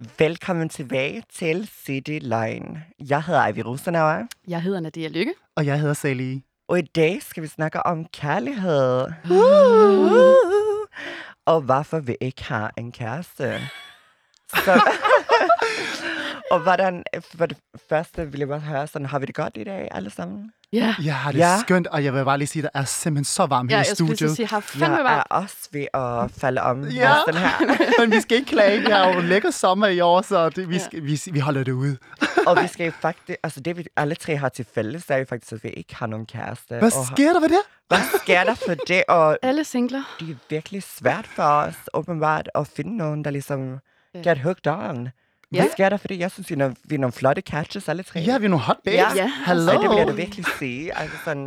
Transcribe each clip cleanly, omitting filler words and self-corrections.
Velkommen tilbage til City Line. Jeg hedder Ivy Rosenauer. Jeg hedder Nadia Lykke. Og jeg hedder Sally. Og i dag skal vi snakke om kærlighed. Og hvorfor vi ikke har en kæreste. Så, og hvordan, for det første vil jeg bare høre, sådan, har vi det godt i dag alle sammen? Ja. Jeg har det skønt, og jeg vil bare lige sige, at der er simpelthen så varmt her i studiet. Jeg skulle sige, jeg er også ved at falde om den her. Men vi skal ikke klage. Det er jo en lækker sommer i år, så vi holder det ud. Og vi skal jo faktisk, altså det vi alle tre har til fælles, er jo faktisk, at vi ikke har nogen kæreste. Hvad sker der ved det? Hvad sker der for det? Og alle singler. Det er virkelig svært for os, åbenbart, at finde nogen, der ligesom get hooked on. Hvad sker der for det? Jeg synes, vi er nogle flotte catches, alle tre. Ja, vi er nogle hot babes. Ja. Hello. Det bliver du virkelig sige. Altså sådan,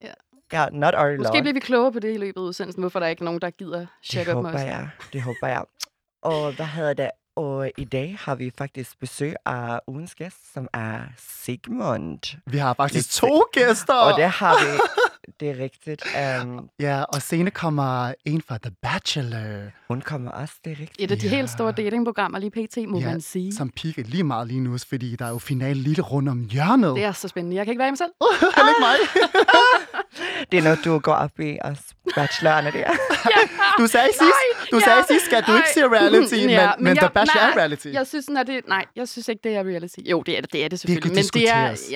not our love. Måske bliver vi klogere på det i løbet af udsendelsen, hvorfor der ikke er nogen, der gider check up med os. Det håber jeg. Og hvad hedder det? Og i dag har vi faktisk besøg af ugens gæst, som er Sigmund. Vi har faktisk 2 gæster. Og det har vi. Det er rigtigt. Ja, og senere kommer en fra The Bachelor. Hun kommer også, det er rigtigt. Et af de helt store datingprogrammer lige pt, må man sige. Som piker lige meget lige nu, fordi der er jo finale lige rundt om hjørnet. Det er så spændende. Jeg kan ikke være mig selv. Heller ikke mig. Det er noget, du går op i, os bachelorerne der. Du sagde sidst, skal du ikke se reality, men The Bachelor er reality. Jeg synes, jeg synes ikke, det er reality. Jo, det er det selvfølgelig. Men det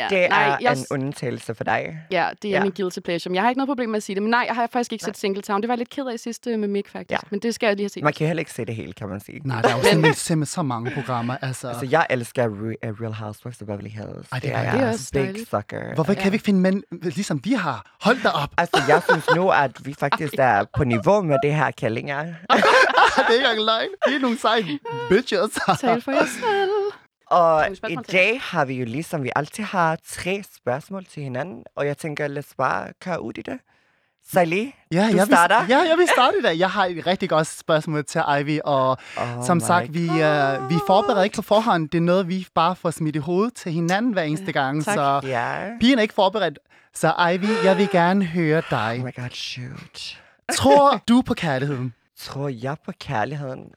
er en undtagelse for dig. Ja, det er min guilty pleasure. Jeg har ikke noget problem med at sige det, men jeg har faktisk ikke set Singletown. Det var jeg lidt ked af sidste med Mick, faktisk. Ja. Men det skal jeg lige have set. Man kan heller ikke se det hele, kan man sige. Nej, der er jo simpelthen så mange programmer. Altså jeg elsker Real Housewives of Beverly Hills. Det er også big sucker. Hvorfor kan vi ikke finde mænd, ligesom vi har? Hold da op. Altså, jeg synes nu, at vi faktisk er på niveau med det her kællinger. Det er ikke engang løgn. Det er nogle seje bitches. Tal for jer selv. Og i dag har vi jo ligesom vi altid har 3 spørgsmål til hinanden, og jeg tænker, lad os bare køre ud i det. Sally, du starter? Jeg vil starte i dag. Jeg har et rigtig godt spørgsmål til Ivy, og som sagt, vi forbereder ikke på forhånd. Det er noget, vi bare får smidt i hovedet til hinanden hver eneste gang. Tak. Så pigen er ikke forberedt. Så Ivy, jeg vil gerne høre dig. Oh my god, shoot. Tror du på kærligheden? Tror jeg på kærligheden?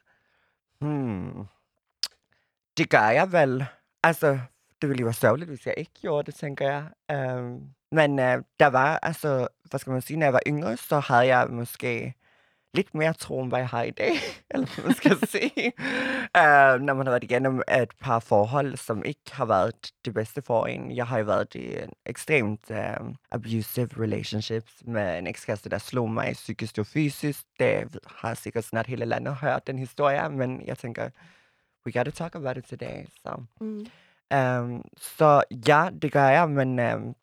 Det gør jeg vel. Altså, det ville jo være sørgeligt, hvis jeg ikke gjorde det, tænker jeg. Men der var, altså, hvad skal man sige, når jeg var yngre, så havde jeg måske lidt mere tro, end hvad jeg har i dag. Eller hvad man skal sige. Når man har været igennem et par forhold, som ikke har været det bedste for en. Jeg har jo været i en ekstremt abusive relationships med en ekskæreste, der slog mig psykisk og fysisk. Det har sikkert snart hele landet hørt den historie, men jeg tænker, we gotta talk about it today. Så ja, det gør jeg, men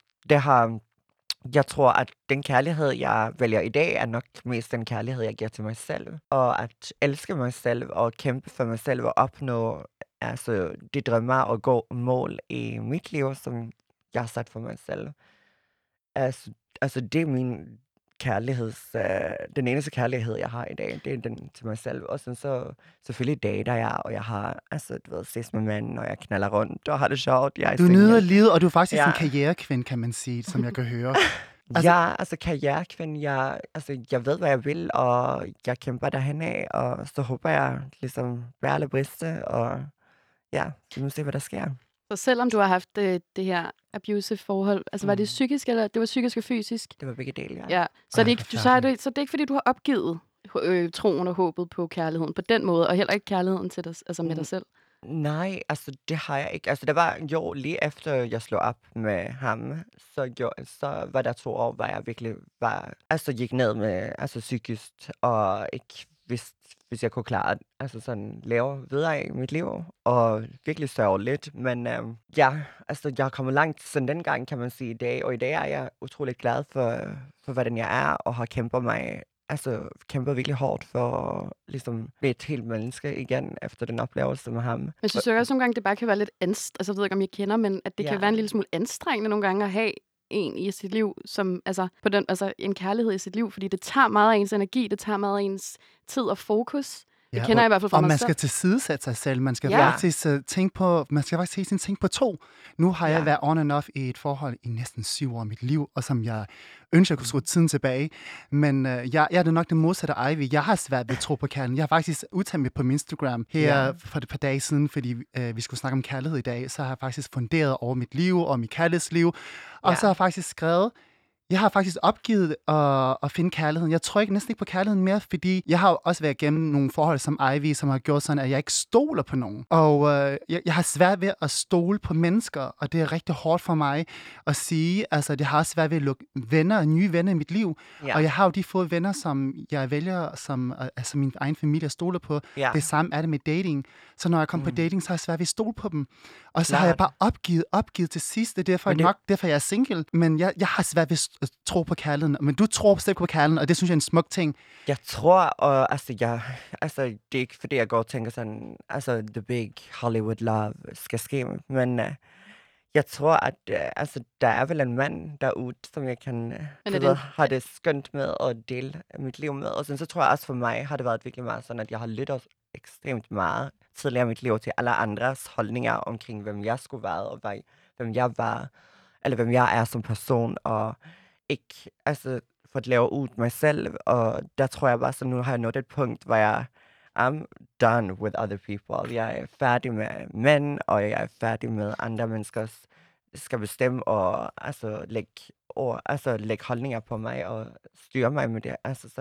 jeg tror, at den kærlighed, jeg vælger i dag, er nok mest den kærlighed, jeg giver til mig selv. Og at elske mig selv og kæmpe for mig selv og opnå de drømmer og gå mål i mit liv, som jeg har sat for mig selv. Altså det er min den eneste kærlighed, jeg har i dag, det er den til mig selv. Og så selvfølgelig dater jeg, og jeg har ses med mænd, og jeg knaller rundt og har det sjovt. Du nyder livet, og du er faktisk en karrierekvinde, kan man sige, som jeg kan høre. Karrierekvinde, jeg ved, hvad jeg vil, og jeg kæmper derhen af, og så håber jeg ligesom bære eller briste, og vi må se, hvad der sker. Så selvom du har haft det her abusive forhold, altså var det psykisk, eller det var psykisk og fysisk? Det var begge dele, ja. Så det er ikke, fordi du har opgivet troen og håbet på kærligheden på den måde, og heller ikke kærligheden til dig, altså med dig selv? Nej, altså det har jeg ikke. Altså det var jo lige efter jeg slog op med ham, så var der 2 år, hvor jeg virkelig gik ned med psykisk, og ikke vidste, hvis jeg kunne klare lave videre i mit liv, og virkelig sørge lidt. Men jeg har kommet langt siden dengang, kan man sige, i dag, og i dag er jeg utrolig glad for hvordan jeg er, og har kæmper virkelig hårdt for ligesom blive et helt menneske igen, efter den oplevelse med ham. Men synes du også nogle gange, det bare kan være lidt jeg ved ikke, om jeg kender, men at det kan være en lille smule anstrengende nogle gange at have en i sit liv, som en kærlighed i sit liv, fordi det tager meget af ens energi, det tager meget af ens tid og fokus. Det kender jeg i hvert fald fra og mig man selv. skal tilsidesætte sig selv. Man skal faktisk tænke på, tænke på 2. Nu har jeg været on and off i et forhold i næsten 7 år af mit liv, og som jeg ønsker at kunne skrue tiden tilbage. Men jeg er det nok det modsatte af Ivy. Jeg har svært ved at tro på kærligheden. Jeg har faktisk udtalt mig på min Instagram her for et par dage siden, fordi vi skulle snakke om kærlighed i dag, så har jeg faktisk funderet over mit liv og mit kærlighedsliv. Og så har jeg faktisk skrevet, jeg har faktisk opgivet at finde kærligheden. Jeg tror næsten ikke på kærligheden mere, fordi jeg har også været igennem nogle forhold som Ivy, som har gjort sådan, at jeg ikke stoler på nogen. Og jeg har svært ved at stole på mennesker, og det er rigtig hårdt for mig at sige. Altså, det har også svært ved at lukke nye venner i mit liv. Ja. Og jeg har jo de få venner, som jeg vælger, som altså min egen familie stoler på. Ja. Det samme er det med dating. Så når jeg kommer på dating, så har jeg svært ved at stole på dem. Og så har jeg bare opgivet til sidst. Det er derfor jeg er single. Men jeg har svært ved at tro på kærligheden. Men du tror bestemt på kærligheden, og det synes jeg er en smuk ting. Jeg tror, og det er ikke fordi, jeg går og tænker sådan, the big Hollywood love skal ske. Men jeg tror, at der er vel en mand derude, som jeg kan have det skønt med at dele mit liv med. Og så tror jeg også for mig, har det været virkelig meget sådan, at jeg har lyttet ekstremt meget tidligere i mit liv til alle andres holdninger omkring, hvem jeg skulle være, og hvem jeg var, eller hvem jeg er som person, og ikke for at lave ud mig selv. Og der tror jeg bare, så nu har jeg nået et punkt, hvor jeg I'm done with other people. Jeg er færdig med mænd, og jeg er færdig med andre mennesker, skal bestemme og lægge holdninger på mig og styre mig med det.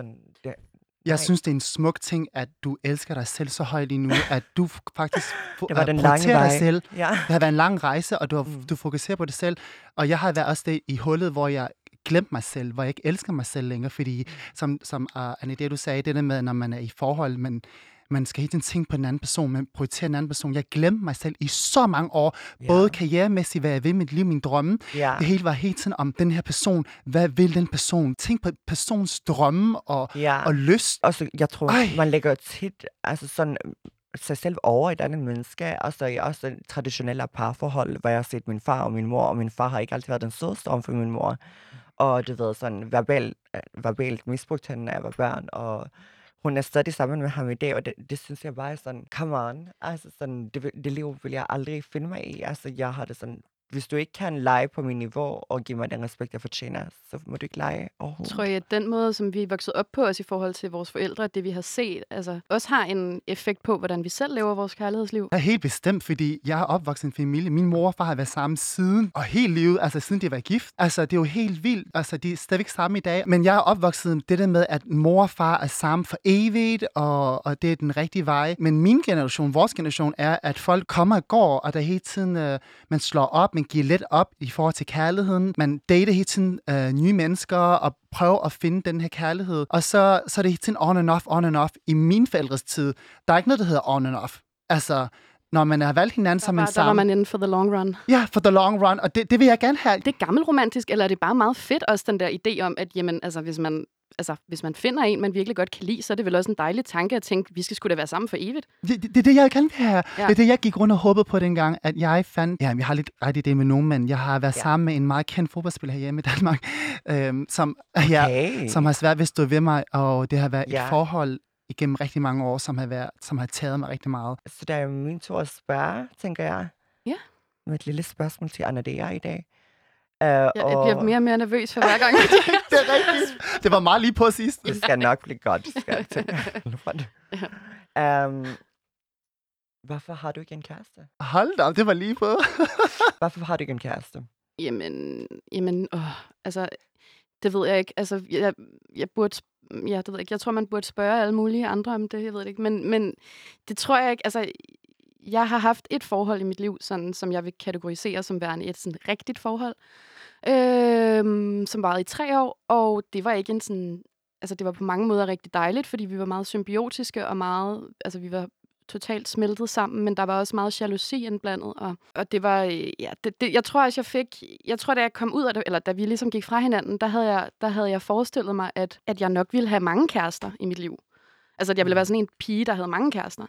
Jeg synes, det er en smuk ting, at du elsker dig selv så højt lige nu, at du faktisk prioriterer dig selv. Ja. Det har været en lang rejse, og du fokuserer på det selv. Og jeg har været også det i hullet, hvor jeg glemte mig selv, hvor jeg ikke elsker mig selv længere, fordi som Anne, det du sagde, det der med, når man er i forhold, man skal hele tiden tænke på en anden person, man prioriterer en anden person. Jeg glemte mig selv i så mange år, både karrieremæssigt, hvad jeg vil, mit liv, min drømme. Det hele var hele tiden om den her person. Hvad vil den person? Tænk på persons drømme og lyst. Jeg tror, man lægger tit sig selv over et andet menneske. Også traditionelle parforhold, hvor jeg har set min far og min mor, og min far har ikke altid været den sødeste om for min mor. Og du ved, sådan verbalt misbrugt hende, når jeg var børn, og hun er stadig sammen med ham i dag, og det synes jeg bare er sådan, come on, det liv vil jeg aldrig finde mig i. Jeg har det sådan, hvis du ikke kan lege på min niveau og give mig den respekt, jeg fortjener, så må du ikke lege overhovedet. Tror jeg, at den måde, som vi er vokset op på os i forhold til vores forældre, det vi har set, også har en effekt på, hvordan vi selv lever vores kærlighedsliv? Ja, helt bestemt, fordi jeg har opvokset en familie. Min mor og far har været sammen siden, og hele livet, siden de var gift. Det er jo helt vildt. De er stadigvæk sammen i dag. Men jeg har opvokset det der med, at mor og far er sammen for evigt, og det er den rigtige vej. Men min generation, vores generation, er, at folk kommer og går, og der hele tiden, man slår op, man giver lidt op i forhold til kærligheden. Man dater hele tiden nye mennesker og prøver at finde den her kærlighed. Og så er det hele tiden on and off. I min forældres tid, der er ikke noget, der hedder on and off. Når man har valgt hinanden sammen. Der var man inden for the long run. Ja, for the long run, og det vil jeg gerne have. Det er gammelromantisk, eller er det bare meget fedt også, den der idé om, at jamen, hvis man finder en, man virkelig godt kan lide, så er det vel også en dejlig tanke at tænke, vi skal sgu da være sammen for evigt. Det er det, jeg gerne vil have. Ja. Det er det, jeg gik rundt og håbede på dengang, at jeg fandt... Ja, jeg har lidt ret i det med nogen, men jeg har været sammen med en meget kendt fodboldspiller herhjemme i Danmark, som har svært ved at stå ved mig, og det har været et forhold igennem rigtig mange år, som har taget mig rigtig meget. Så der er min tur at spørge, tænker jeg. Ja. Med et lille spørgsmål til Anna i dag. Jeg bliver mere og mere nervøs for hver gang. Det er rigtigt. Det var meget lige på sidst. Det skal nok blive godt. Hvorfor har du ikke en kæreste? Hold da, det var lige på. Hvorfor har du ikke en kæreste? Det ved jeg ikke. Jeg burde... Ja, det ved jeg ikke. Jeg tror, man burde spørge alle mulige andre om det. Jeg ved det ikke. Men det tror jeg ikke. Jeg har haft et forhold i mit liv, sådan, som jeg vil kategorisere som værende et sådan rigtigt forhold, som varede i 3 år, og det var ikke en sådan... det var på mange måder rigtig dejligt, fordi vi var meget symbiotiske, og meget... vi var totalt smeltet sammen, men der var også meget jalousi indblandet, og det var... jeg tror også, da jeg kom ud af det, eller da vi ligesom gik fra hinanden, der havde jeg forestillet mig, at jeg nok ville have mange kærester i mit liv. At jeg ville være sådan en pige, der havde mange kærester.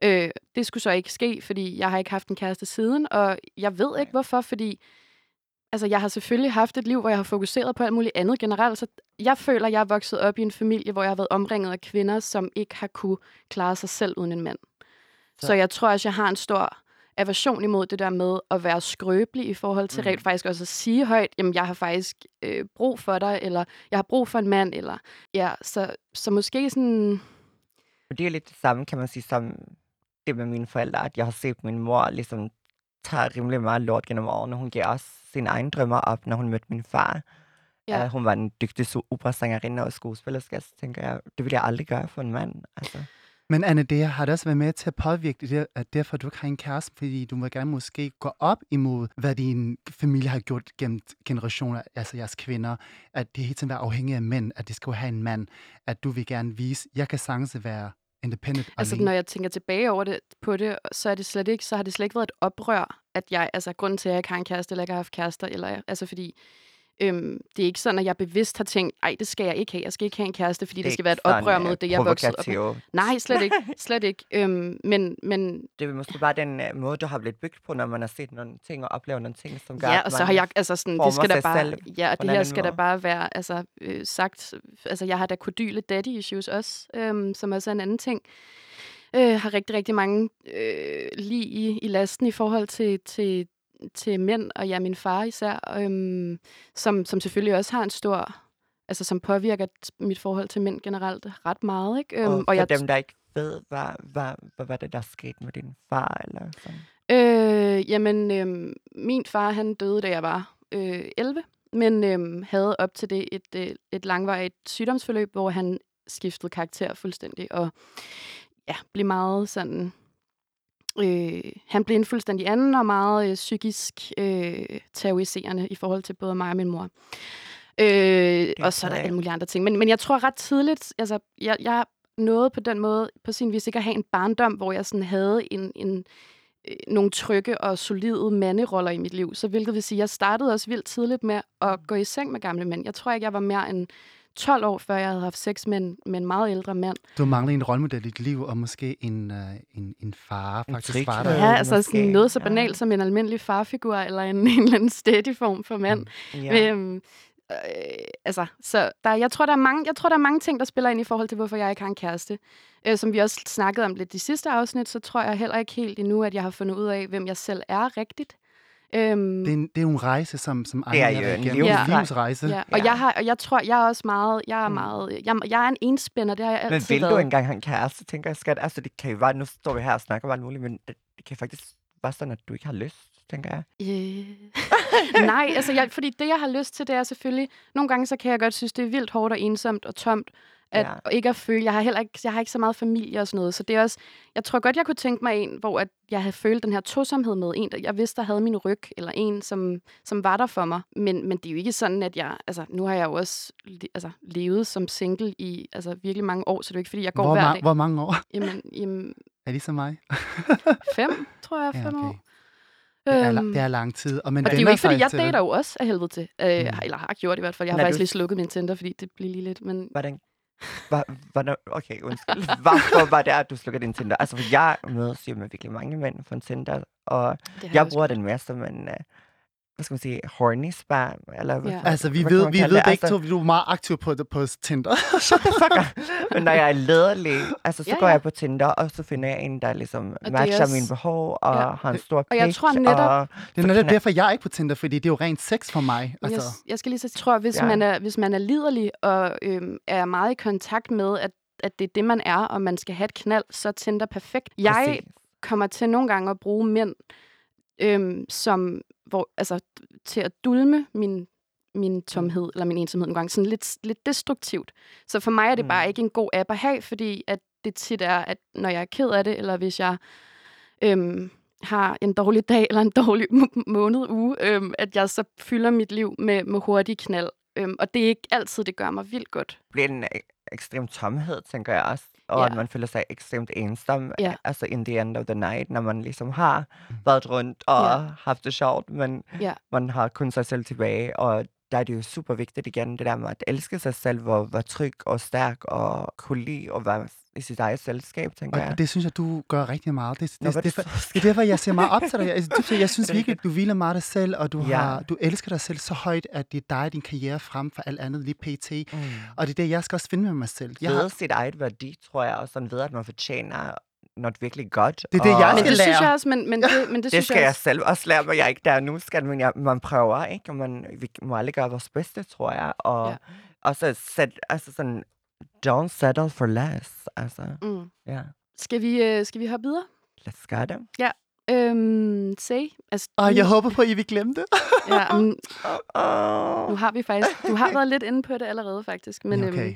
Det skulle så ikke ske, fordi jeg har ikke haft en kæreste siden, og jeg ved ikke hvorfor, fordi altså, jeg har selvfølgelig haft et liv, hvor jeg har fokuseret på alt muligt andet generelt, så jeg føler, jeg er vokset op i en familie, hvor jeg har været omringet af kvinder, som ikke har kunne klare sig selv uden en mand. Så jeg tror også, jeg har en stor aversion imod det der med at være skrøbelig i forhold til rent faktisk også at sige højt, jamen jeg har faktisk brug for dig, eller jeg har brug for en mand, eller ja, så måske sådan... Det er lidt det samme, kan man sige, som det med mine forældre, at jeg har set min mor ligesom tage rimelig meget lort gennem årene. Hun giver også sine egne drømmer op, når hun mødte min far. Ja. Hun var en dygtig operasangerinde og skuespillerske, så tænker jeg, det ville jeg aldrig gøre for en mand. Altså. Men Anne, det har det også været med til at påvirke det, at derfor du ikke har en kæreste, fordi du må gerne måske gå op imod, hvad din familie har gjort gennem generationer, altså jeres kvinder, at det hele tiden er afhængigt af mænd, at det skal have en mand, at du vil gerne vise, jeg kan sagtens være independent altså, alene. når jeg tænker tilbage over på det, så har det slet ikke været et oprør, at jeg, altså grunden til, at jeg ikke har en kæreste, eller ikke har haft kærester, eller altså fordi det er ikke sådan, at jeg bevidst har tænkt, ej, det skal jeg ikke have. Jeg skal ikke have en kæreste, fordi det skal være et oprør mod det, jeg er vokset op med. Nej, slet ikke. Men det er måske bare den måde, du har blivet bygget på, når man har set nogle ting og oplevet nogle ting, som gør, ja, og så har jeg, altså sådan, det skal der bare, ja, og det her skal der bare være, altså sagt, altså jeg har da kodyle daddy issues også, som også er en anden ting. Har rigtig, rigtig mange lige i lasten i forhold til mænd, og ja, min far især, som selvfølgelig også har en stor, altså som påvirker mit forhold til mænd generelt ret meget, ikke? Og for dem, der ikke ved, hvad var det, der skete med din far, eller sådan? Jamen, min far, han døde, da jeg var 11, men havde op til det et langvarigt sygdomsforløb, hvor han skiftede karakter fuldstændig, og ja, blev meget sådan... han blev en fuldstændig anden og meget psykisk terroriserende i forhold til både mig og min mor. Og så er der alle mulige andre ting. Men jeg tror ret tidligt, altså jeg nåede på den måde på sin vis ikke at have en barndom, hvor jeg sådan havde nogle trygge og solide manderoller i mit liv. Så hvilket vil sige, jeg startede også vildt tidligt med at gå i seng med gamle mænd. Jeg tror ikke, jeg var mere end 12 år, før jeg havde haft sex med en meget ældre mand. Du mangler en rollemodel i dit liv, og måske en far, faktisk far. Ja, altså sådan noget så banalt som en almindelig farfigur, eller en eller anden steady form for mand. Altså, så jeg tror, der er mange ting, der spiller ind i forhold til, hvorfor jeg ikke har en kæreste. Som vi også snakkede om lidt de sidste afsnit, så tror jeg heller ikke helt endnu, at jeg har fundet ud af, hvem jeg selv er rigtigt. Det er jo en rejse, som det er jo en livsrejse. Ja. Og jeg tror, jeg er også meget, jeg er en enspænder, det har jeg altid været. Men vil du engang have en kæreste, tænker jeg, skat? Altså, det kan jo være, nu står vi her og snakker om alt muligt, men det kan faktisk være sådan, at du ikke har lyst, tænker jeg. Nej, altså, fordi det, jeg har lyst til, det er selvfølgelig, nogle gange så kan jeg godt synes, det er vildt hårdt og ensomt og tomt, og ikke at føle, jeg har ikke så meget familie og sådan noget, så det er også, jeg tror godt, jeg kunne tænke mig en, hvor at jeg havde følt den her tosomhed med en, der jeg vidste, der havde min ryg, eller en, som var der for mig, men det er jo ikke sådan, at jeg, altså nu har jeg jo også levet som single i virkelig mange år, så det er jo ikke, fordi jeg går hver dag. Hvor mange år? Jamen er det som mig? 5, tror jeg, 5 år. Det er lang tid. Og det er jo ikke, fordi jeg dater jo også af helvede til. Eller har gjort i hvert fald. Jeg har faktisk lige slukket min Tinder, fordi det bliver lige lidt, men... Hvordan? Okay, undskyld. Hvorfor var det, at du slukkede din Tinder? Altså, for jeg mødes jo med virkelig mange mænd på en Tinder, og jeg bruger den mere som en, hvad skal man sige, horny spam, eller altså, vi ved begge to, du er meget aktiv på Tinder. Shut the fuck up. Men når jeg er lederlig, altså, så går jeg på Tinder, og så finder jeg en, der ligesom matcher mine behov, og har en stor pik. Og jeg tror netop... Det er netop derfor, jeg er ikke på Tinder, fordi det er jo rent sex for mig. Altså. Jeg skal lige så tror, hvis man er liderlig, og er meget i kontakt med, at det er det, man er, og man skal have et knald, så er Tinder perfekt. Jeg kommer til nogle gange at bruge mænd, til at dulme min tomhed, eller min ensomhed nogle gange, sådan lidt destruktivt. Så for mig er det bare ikke en god app at have, fordi at det tit er, at når jeg er ked af det, eller hvis jeg har en dårlig dag, eller en dårlig uge, at jeg så fylder mit liv med hurtig knald. Og det er ikke altid, det gør mig vildt godt. Det bliver en ekstrem tomhed, tænker jeg også. Og at man føler sig ekstremt ensom, altså in the end of the night, når man ligesom har været rundt og haft det sjovt, men man har kun sig selv tilbage, og der er det jo super vigtigt igen, det der med at elske sig selv, hvor tryg og stærk og kunne lide og være i sit eget selskab, tænker jeg. Og det synes jeg, du gør rigtig meget. Det er derfor, jeg ser meget op til dig. Jeg synes virkelig, at du hviler meget dig selv, og du elsker dig selv så højt, at det er dig din karriere frem for alt andet lige pt. Og det er det, jeg skal også finde med mig selv. Jeg ved sit eget værdi, tror jeg, og sådan ved, at man fortjener noget virkelig godt. Det er det, jeg skal lære. Men det synes jeg også, men det skal jeg selv også lære, men jeg er ikke der nu. Man prøver, ikke? Og vi må aldrig gøre vores bedste, tror jeg. Og så sådan, don't settle for less. Altså, ja. Skal vi hoppe videre? Let's go det. Ja. Say. Altså, jeg håber på, at I vil glemme det. Ja, nu har vi faktisk... Du har været lidt inde på det allerede, faktisk. Men, okay.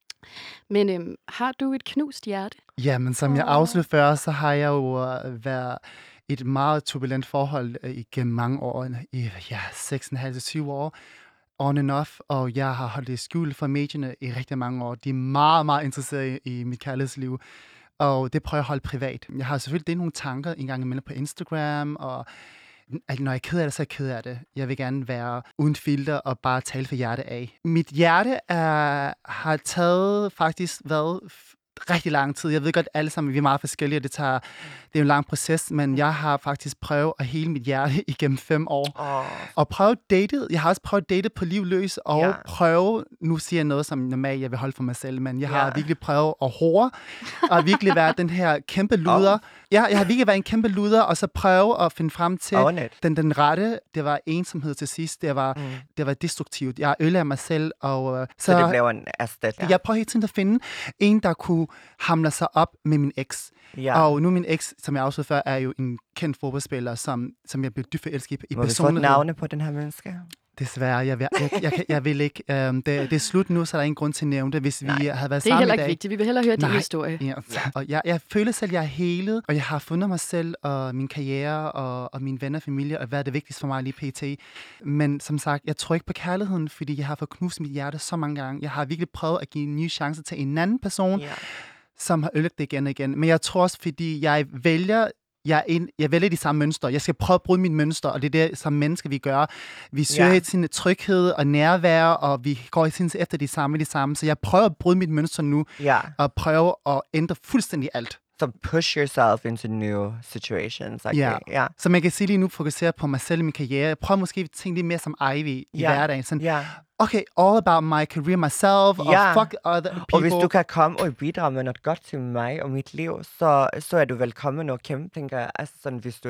Men har du et knust hjerte? Ja, men som jeg afsluttede før, så har jeg jo været i et meget turbulent forhold igennem mange år. I 6,5-7 år. On and off, og jeg har holdt det skjult for medierne i rigtig mange år. De er meget, meget interesserede i mit kærlighedsliv, og det prøver jeg at holde privat. Jeg har selvfølgelig nogle tanker en gang imellem på Instagram, og når jeg er ked af det, så er jeg ked af det. Jeg vil gerne være uden filter og bare tale for hjertet af. Mit hjerte har taget faktisk rigtig lang tid. Jeg ved godt, alle sammen vi er meget forskellige, og det er en lang proces, men jeg har faktisk prøvet at hele mit hjerte igennem 5 år. Og jeg har også prøvet at date på liv løs, og nu siger jeg noget, som normalt jeg vil holde for mig selv, men jeg har virkelig prøvet at hore, og virkelig være den her kæmpe luder. Jeg har virkelig været en kæmpe luder, og så prøve at finde frem til den rette. Det var ensomhed til sidst. Det var destruktivt. Jeg ødelagde mig selv. Og, så det blev en erstatning? Jeg prøver hele tiden at finde en, der kunne hamle sig op med min eks. Ja. Og nu min eks, som jeg afslutede før, er jo en kendt fodboldspiller, som jeg blev dybt forelsket i personlighed. Må vi få navne på den her menneske? Desværre, jeg vil ikke. Det er slut nu, så der er ingen grund til at nævne det, hvis vi havde været sammen i dag. Det er heller ikke vigtigt. Vi vil hellere høre din historie. Ja. Og jeg føler selv, at jeg er helet, og jeg har fundet mig selv og min karriere og mine venner og familie, og hvad er det vigtigste for mig lige pt. Men som sagt, jeg tror ikke på kærligheden, fordi jeg har fået knust mit hjerte så mange gange. Jeg har virkelig prøvet at give en ny chance til en anden person, som har ødelagt det igen og igen. Men jeg tror også, fordi jeg vælger de samme mønstre. Jeg skal prøve at bryde mine mønstre, og det er det, som mennesker vi gør. Vi søger i sin tryghed og nærvær, og vi går i sin efter det samme. Så jeg prøver at bryde mit mønster nu, og prøve at ændre fuldstændig alt. So push yourself into new situations. Okay. Så man kan sige lige nu, fokusere på mig selv i min karriere. Jeg prøver måske at tænke lidt mere som Ivy i hverdagen. Sådan, okay, all about my career, myself, og fuck other people. Og hvis du kan komme og bidrage med noget godt til mig og mit liv, så er du velkommen og kæmpe, tænker jeg. Altså sådan, hvis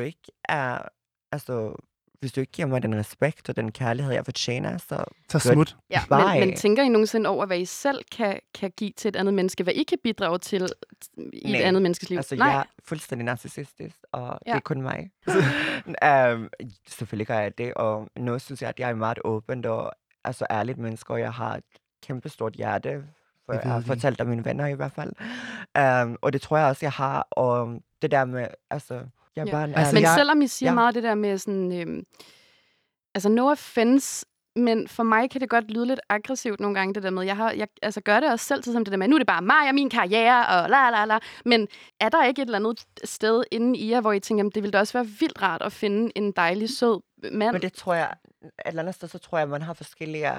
du ikke giver mig den respekt og den kærlighed, jeg fortjener, så smut. Ja, men tænker I nogensinde over, hvad I selv kan give til et andet menneske? Hvad I kan bidrage til i et andet menneskes liv? Altså, jeg er fuldstændig narcissistisk, og det er kun mig. Selvfølgelig gør jeg det, og nu synes jeg, at jeg er meget åbent og ærligt menneske, og jeg har et kæmpestort hjerte, for jeg har fortalt af mine venner i hvert fald. Og det tror jeg også, jeg har, og det der med, men selvom I siger meget det der med sådan, no offense, men for mig kan det godt lyde lidt aggressivt nogle gange, det der med, jeg gør det også selv til som det der med, nu er det bare mig og min karriere, og la. Men er der ikke et eller andet sted inde i jer, hvor I tænker, det ville da også være vildt rart at finde en dejlig, sød mand? Men det tror jeg, et eller andet sted, så tror jeg, man har forskellige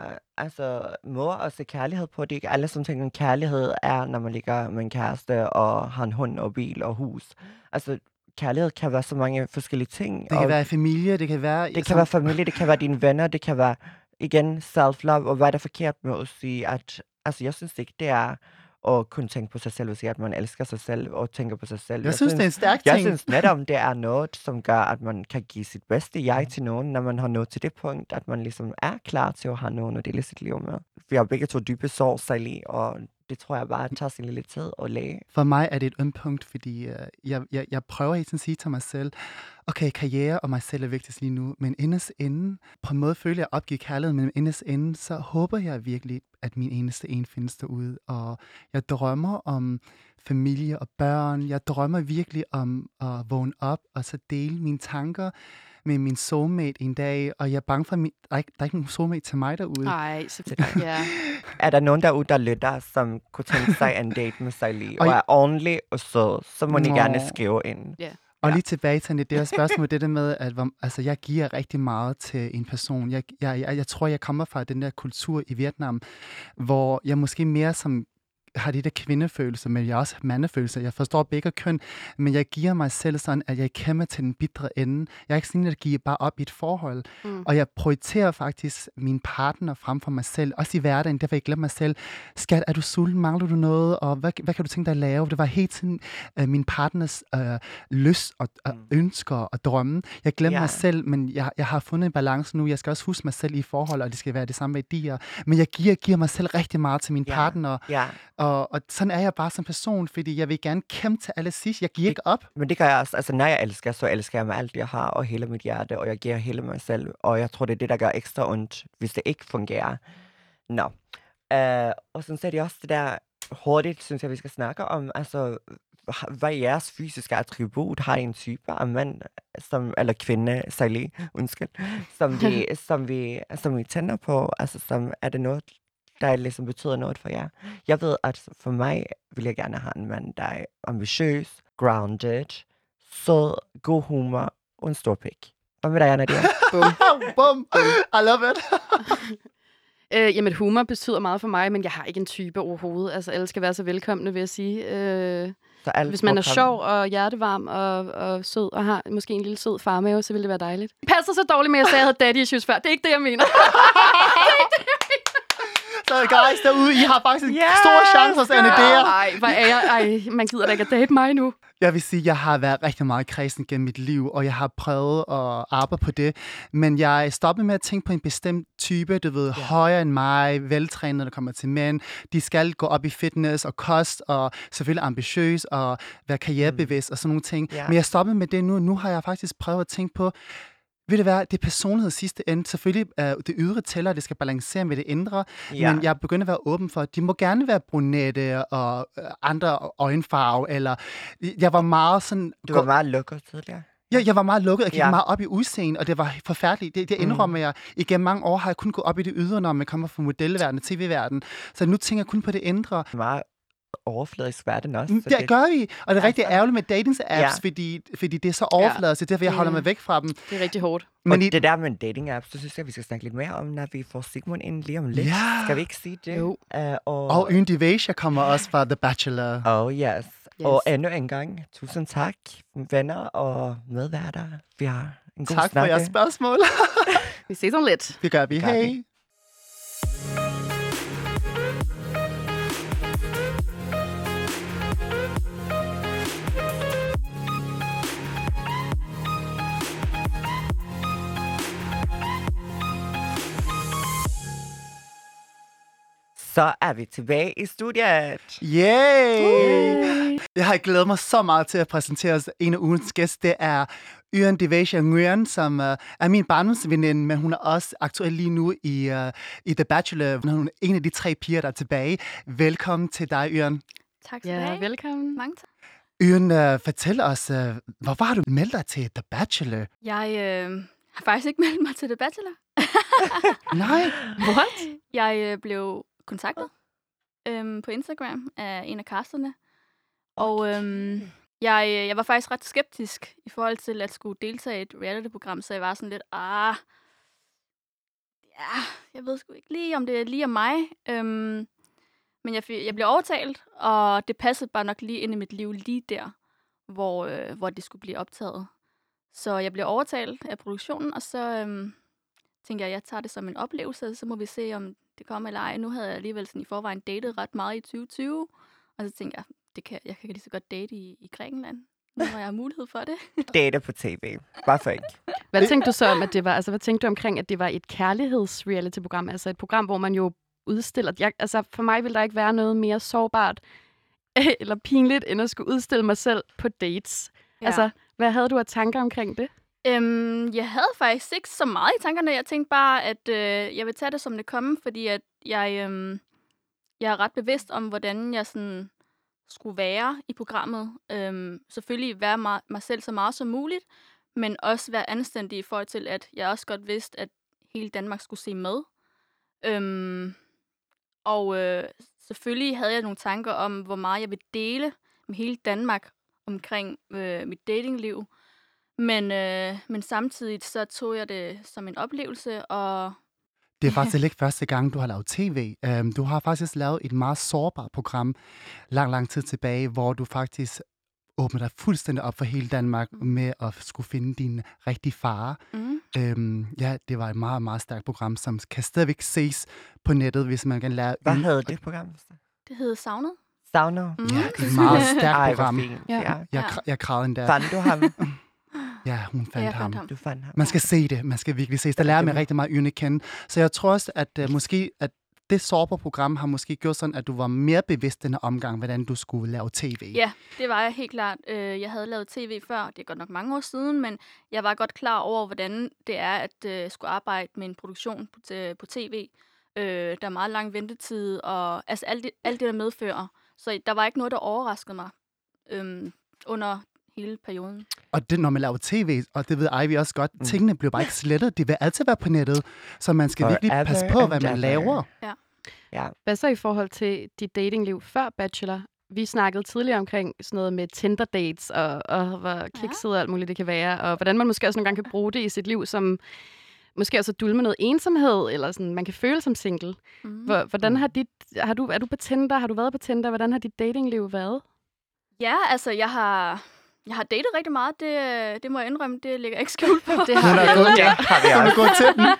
måder at se kærlighed på. Det er ikke alle, som tænker, at kærlighed er, når man ligger med en kæreste, og har en hund og bil og hus. Altså, kærlighed kan være så mange forskellige ting. Det kan være familie, det kan være... Det kan være familie, det kan være dine venner, det kan være, igen, self-love, og hvad er der forkert med at sige, at... Altså, jeg synes ikke, det er at kunne tænke på sig selv og sige, at man elsker sig selv og tænker på sig selv. Jeg synes, det er en stærk ting. Jeg synes netop, det er noget, som gør, at man kan give sit bedste jeg til nogen, når man har nået til det punkt, at man ligesom er klar til at have nogen at dele sit liv med. Vi har begge to dybe sorg sig i, og det tror jeg bare tager sin lille tid at læge. For mig er det et ømpunkt, fordi jeg prøver helt at sige til mig selv, okay, karriere og mig selv er vigtigst lige nu, men inderst inde, på en måde føler jeg opgive kærlighed, men inderst inde, så håber jeg virkelig, at min eneste en findes derude, og jeg drømmer om familie og børn. Jeg drømmer virkelig om at vågne op og så dele mine tanker med min soulmate en dag, og jeg er bange for, at der er ikke nogen soulmate til mig derude. Nej, selvfølgelig. Ja. Er der nogen derude, der lytter, som kunne tænke sig en date med sig lige, og er ordentlig og sød, så må I gerne skrive ind. Yeah. Og lige tilbage til det der spørgsmål, det der med, at jeg giver rigtig meget til en person. Jeg tror, jeg kommer fra den der kultur i Vietnam, hvor jeg måske mere som har de der kvindefølelser, men jeg har også mandefølelser. Jeg forstår begge køn, men jeg giver mig selv sådan, at jeg kæmper til den bitre ende. Jeg er ikke sådan, at jeg giver bare op i et forhold. Og jeg prioriterer faktisk min partner frem for mig selv, også i hverdagen. Derfor jeg glemmer mig selv. Skat, er du sulten? Mangler du noget? Og hvad kan du tænke dig at lave? Det var hele tiden min partners lyst og ønsker og drømme. Jeg glemmer mig selv, men jeg har fundet en balance nu. Jeg skal også huske mig selv i forhold, og det skal være de samme værdier. Men jeg giver mig selv rigtig meget til min partner. Og sådan er jeg bare som person, fordi jeg vil gerne kæmpe til alle sidst. Jeg giver ikke op. Men det gør jeg også. Altså, når jeg elsker, så elsker jeg med alt, jeg har, og hele mit hjerte, og jeg giver hele mig selv. Og jeg tror, det er det, der gør ekstra ondt, hvis det ikke fungerer. Nå. Og sådan er det også det der hurtigt, synes jeg, vi skal snakke om. Altså, hvad er jeres fysiske attribut? Har I en type af mand, eller kvinde, særlig, som vi tænder på? Altså, som er det noget, der ligesom betyder noget for jer? Jeg ved, at for mig vil jeg gerne have en mand, der er ambitiøs, grounded, sød, god humor og en stor pik. Hvad med dig, Nadia? Bum. I love it. Jamen, humor betyder meget for mig, men jeg har ikke en type overhovedet. Altså, alle skal være så velkomne, vil jeg sige. Hvis man er sjov og hjertevarm og sød, og har måske en lille sød farmave, så vil det være dejligt. Passer så dårligt med, at jeg sagde, at jeg havde daddy issues før. Det er ikke det, jeg mener. Så guys derude, I har faktisk en stor chance hos Anadea. Ej, man gider da ikke at date mig nu. Jeg vil sige, at jeg har været rigtig meget kredsen gennem mit liv, og jeg har prøvet at arbejde på det. Men jeg stoppede med at tænke på en bestemt type, du ved, højere end mig, veltrænet, når det kommer til mænd. De skal gå op i fitness og kost, og selvfølgelig ambitiøs og være karrierebevidst og sådan nogle ting. Men jeg stoppede med det nu. Nu har jeg faktisk prøvet at tænke på, vil det være, det er personlighed sidste ende. Selvfølgelig det ydre tæller, det skal balancere med det indre, men jeg begynder at være åben for, at de må gerne være brunette og andre øjenfarve, eller jeg var meget sådan... Du var meget lukket tidligere. Ja, jeg var meget lukket. Jeg gik meget op i udseende, og det var forfærdeligt. Det indrømmer jeg. Igennem mange år har jeg kun gået op i det ydre, når man kommer fra modelverdenen og tv-verdenen. Så nu tænker jeg kun på det indre. Meget overfladisk verden også. Det gør vi. Og det er rigtig ærgerligt med dating-apps, fordi det er så overfladisk. Derfor jeg holder mig væk fra dem. Det er rigtig hårdt. Men det der med dating-apps, så synes jeg, vi skal snakke lidt mere om, når vi får Sigmund ind lige om lidt. Ja. Skal vi ikke sige det? Jo. Og Yen Devasia kommer også fra The Bachelor. Oh yes. Og endnu en gang, tusind tak, venner og medværter. Vi har en god tak snakke. For jeres spørgsmål. Vi ses om lidt. Det gør vi. Hej. Så er vi tilbage i studiet. Yay! Jeg har glædet mig så meget til at præsentere en af ugens gæst. Det er Yen Devasia Nguyen, som er min barndomsveninde, men hun er også aktuel lige nu i The Bachelor. Hun er en af de 3 piger, der er tilbage. Velkommen til dig, Yen. Tak skal du have. Velkommen. Mange tak. Yen, fortæl os, hvorfor har du meldt dig til The Bachelor? Jeg har faktisk ikke meldt mig til The Bachelor. Nej. What? Jeg blev kontaktet på Instagram af en af casterne. Og jeg var faktisk ret skeptisk i forhold til at skulle deltage i et reality-program, så jeg var sådan lidt, jeg ved sgu ikke lige, om det er lige om mig. Men jeg blev overtalt, og det passede bare nok lige ind i mit liv lige der, hvor det skulle blive optaget. Så jeg blev overtalt af produktionen, og så tænkte jeg tager det som en oplevelse, så må vi se, om det kommer eller ej. Nu havde jeg alligevel sådan i forvejen datet ret meget i 2020, og så tænkte jeg, jeg kan lige så godt date i Grækenland, nu har jeg mulighed for det. Date på tv. Hvorfor ikke? Hvad tænkte du så om, at det var, hvad tænkte du omkring, at det var et kærligheds-reality-program, altså et program, hvor man jo udstiller, for mig vil der ikke være noget mere sårbart eller pinligt, end at skulle udstille mig selv på dates. Ja. Altså, hvad havde du af tanker omkring det? Jeg havde faktisk ikke så meget i tankerne. Jeg tænkte bare, at jeg vil tage det, som det kommer, fordi at jeg er ret bevidst om, hvordan jeg sådan skulle være i programmet. Selvfølgelig være mig selv så meget som muligt, men også være anstændig i forhold til, at jeg også godt vidste, at hele Danmark skulle se med. Selvfølgelig havde jeg nogle tanker om, hvor meget jeg vil dele med hele Danmark omkring mit datingliv. Men samtidig så tog jeg det som en oplevelse, og Det er faktisk ikke første gang, du har lavet tv. Du har faktisk lavet et meget sårbart program lang tid tilbage, hvor du faktisk åbner dig fuldstændig op for hele Danmark med at skulle finde din rigtige far. Det var et meget, meget stærkt program, som kan stadigvæk ses på nettet, hvis man kan lære... Hvad havde det program? Det hed Savnet. Savnet? Ja, det er et meget stærkt program. Jeg græd endda. Fandt du ham? Ja, hun fandt ham. Du fandt ham. Man skal se det. Man skal virkelig se det. Der lærer man rigtig meget Yrne at kende. Så jeg tror også, at måske at det sårbar-program har måske gjort sådan, at du var mere bevidst denne omgang, hvordan du skulle lave tv. Ja, det var jeg helt klart. Jeg havde lavet tv før, det er godt nok mange år siden, men jeg var godt klar over, hvordan det er at skulle arbejde med en produktion på tv. Der er meget lang ventetid, og altså alt det, der medfører. Så der var ikke noget, der overraskede mig under hele perioden. Og det, når man laver tv, og det ved Ivy også godt, tingene bliver bare ikke slettet. Det vil altid være på nettet, så man skal virkelig passe på, hvad man laver. Ja. Hvad så i forhold til dit datingliv før Bachelor? Vi snakkede tidligere omkring sådan noget med Tinder-dates, og hvor kikset og alt muligt det kan være, og hvordan man måske også nogle gange kan bruge det i sit liv, som måske også dulme med noget ensomhed, eller sådan, man kan føle som single. Hvordan er du på Tinder? Har du været på Tinder? Hvordan har dit datingliv været? Ja, altså jeg har datet rigtig meget. Det må jeg indrømme. Det ligger ikke skjult på. Det har vi gået til den.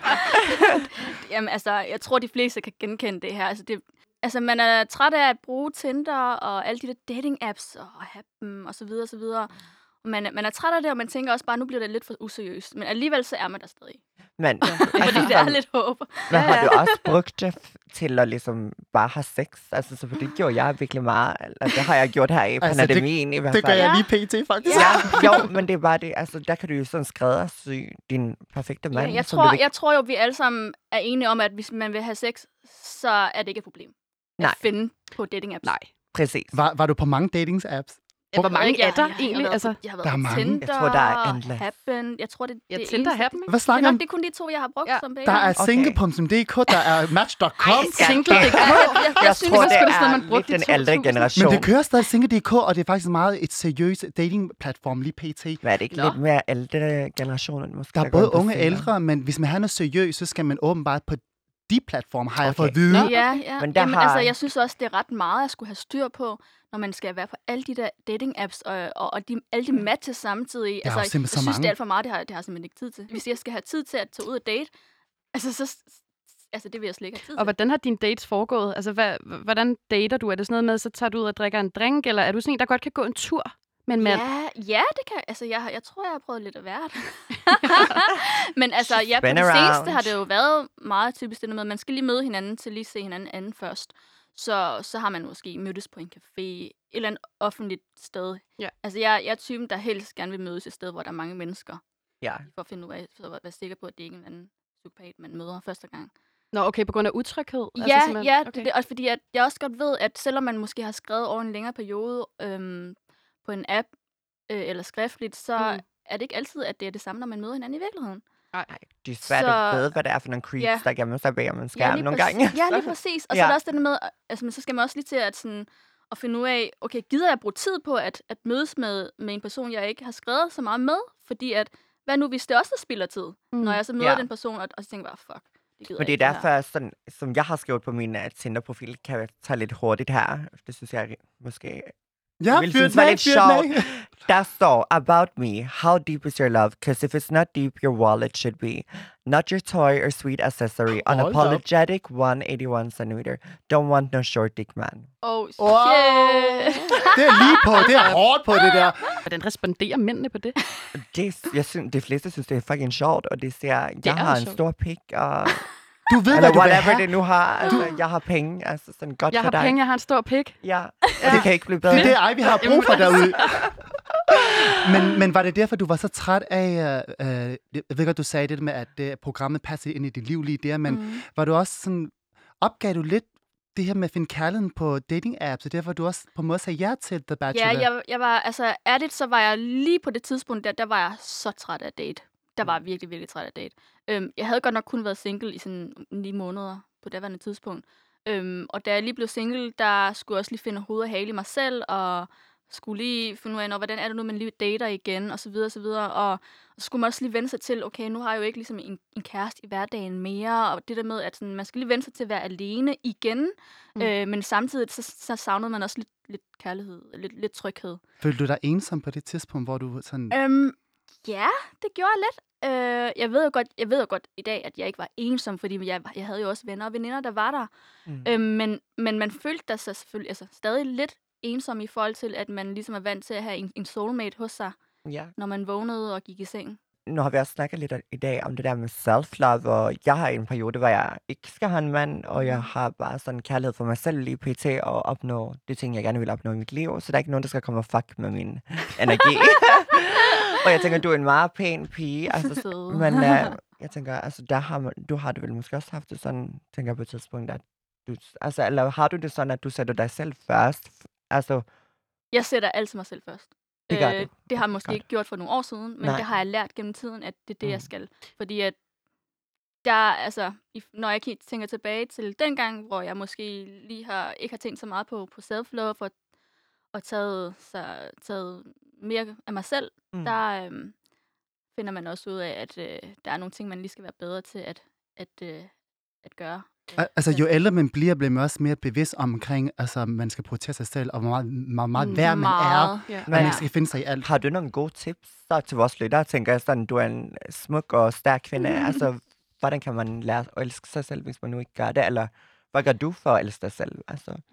Jamen altså, jeg tror, de fleste kan genkende det her. Altså, man er træt af at bruge Tinder og alle de der dating-apps og have dem og så videre og så videre. Man er træt af det, og man tænker også bare, nu bliver det lidt for useriøst. Men alligevel så er man der stadig. Men fordi der er lidt håb. Men har du også brugt det til at ligesom bare have sex? Altså, så for det gjorde jeg virkelig meget. Altså, det har jeg gjort her i pandemien i hvert fald. Det gør jeg lige pt. faktisk. Jo, men det er bare det. Altså, der kan du jo sådan skræddersy din perfekte mand. Ja, jeg tror jo, vi alle sammen er enige om, at hvis man vil have sex, så er det ikke et problem. At finde på dating-apps. Nej, præcis. Var du på mange dating-apps? Hvor mange er der egentlig? Jeg har været på Tinder, jeg tror, der er endless. Happen. Jeg tror, det Tinder, Happen. Hvad snakker om? Det er kun de 2, jeg har brugt som dating. Der er single.dk, der er match.com. Single.dk. Jeg tror, det er lidt den ældre generation. Men det kører stadig single.dk, og det er faktisk meget et seriøst datingplatform lige pt. Men er det ikke lidt mere ældre generationen? Måske, der er både unge og ældre, men hvis man har noget seriøst, så skal man åbenbart på de platforme, har jeg fået at vide. Ja. Men altså, jeg synes også, det er ret meget at skulle have styr på, når man skal være på alle de der dating-apps og alle de matches samtidig. Altså, jeg synes, det er alt for meget, det har jeg simpelthen ikke tid til. Hvis jeg skal have tid til at tage ud og date, det vil jeg slet ikke have tid til. Og hvordan har dine dates foregået? Altså, hvordan dater du? Er det sådan noget med, så tager du ud og drikker en drink, eller er du sådan en, der godt kan gå en tur med en mand? Ja, det kan. Altså, jeg tror, jeg har prøvet lidt af hvert. Men altså, på det seneste har det jo været meget typisk det med, at man skal lige møde hinanden til lige se hinanden først. Så har man måske mødtes på en café, et eller andet offentligt sted. Ja. Altså, jeg er typen, der helst gerne vil mødes et sted, hvor der er mange mennesker. Ja. For at finde ud af, for at være sikker på, at det ikke er en anden psykopat, man møder første gang. Nå, okay, på grund af utryghed? Ja, okay. Det er også fordi, at jeg også godt ved, at selvom man måske har skrevet over en længere periode på en app eller skriftligt, så er det ikke altid, at det er det samme, når man møder hinanden i virkeligheden. Nej, det er svært at vide, hvad det er for nogle creeps, der gemmer sig bag om en skærm nogle gange. Ja, lige præcis. Og så er der også det med, altså, så skal man også lige til at finde ud af, okay, gider jeg bruge tid på at mødes med en person, jeg ikke har skrevet så meget med? Fordi hvad nu, hvis det også spilder tid, når jeg så møder den person, og så tænker jeg bare, fuck. Men det er derfor, sådan, som jeg har skrevet på min Tinder-profil, kan jeg tage lidt hurtigt her. Det synes jeg måske... Der står, about me, how deep is your love? Because if it's not deep, your wallet should be. Not your toy or sweet accessory. Unapologetic, 181 centimeter. Don't want no short dick man. Oh, shit. Wow. Det er lige på, det er hårdt på det der. Hvordan responderer mændene på det? Jeg synes, de fleste synes, det er fucking sjovt, og det siger, jeg har en stor pik, og... Du ved, hvad du vil have. Det nu har. Altså, jeg har penge. Altså, sådan godt jeg for dig. Jeg har penge, jeg har en stor pik. Ja, og det kan ikke blive bedre. Det er det, vi har brug for derude. Men var det derfor, du var så træt af... jeg ved godt, du sagde det med, at programmet passede ind i dit liv lige der, men var du også sådan... Opgav du lidt det her med at finde kærligheden på dating-apps, og derfor du også på en måde sagde ja til The Bachelor? Ja, jeg var... Altså, ærligt, så var jeg lige på det tidspunkt, der var jeg så træt af date. Der var virkelig, virkelig træt af date. Jeg havde godt nok kun været single i sådan 9 måneder på daværende tidspunkt. Og da jeg lige blev single, der skulle jeg også lige finde hoved og hale i mig selv, og skulle lige finde ud af, hvordan er det nu, man lige dater igen, og så videre, og så videre. Og så skulle man også lige vende sig til, okay, nu har jeg jo ikke ligesom en kæreste i hverdagen mere, og det der med, at sådan, man skal lige vende sig til at være alene igen, men samtidig så savnede man også lidt kærlighed, lidt tryghed. Følte du dig ensom på det tidspunkt, hvor du sådan... Ja, det gjorde jeg lidt. Jeg ved jo godt i dag, at jeg ikke var ensom, fordi jeg havde jo også venner og veninder, der var der. Men man følte sig selvfølgelig stadig lidt ensom i forhold til, at man ligesom er vant til at have en soulmate hos sig, når man vågnede og gik i seng. Nu har vi også snakket lidt i dag om det der med self-love, og jeg har en periode, hvor jeg ikke skal have en mand, og jeg har bare sådan kærlighed for mig selv lige pt. Og opnå de ting, jeg gerne vil opnå i mit liv. Så der er ikke nogen, der skal komme og fuck med min energi. Og jeg tænker, du er en meget pæn pige. Altså, men jeg tænker, altså, du har det vel måske også haft det sådan, tænker jeg på et tidspunkt, at du, altså, eller har du det sådan, at du sætter dig selv først? Altså, jeg sætter altid mig selv først. Det har jeg måske ikke gjort for nogle år siden, men det har jeg lært gennem tiden, at det er det, jeg skal. Fordi at når jeg tænker tilbage til den gang, hvor jeg måske lige ikke har tænkt så meget på self-love og taget mere af mig selv, der finder man også ud af, at der er nogle ting, man lige skal være bedre til at gøre. Altså, jo ældre man bliver man også mere bevidst omkring, altså, man skal prioritere sig selv, og hvor meget værd man er, og man skal finde sig i alt. Har du nogle gode tips så til vores lyttere? Tænker jeg sådan, du er en smuk og stærk kvinde. Altså, hvordan kan man lære at elske sig selv, hvis man nu ikke gør det? Eller hvad gør du for at elske dig selv?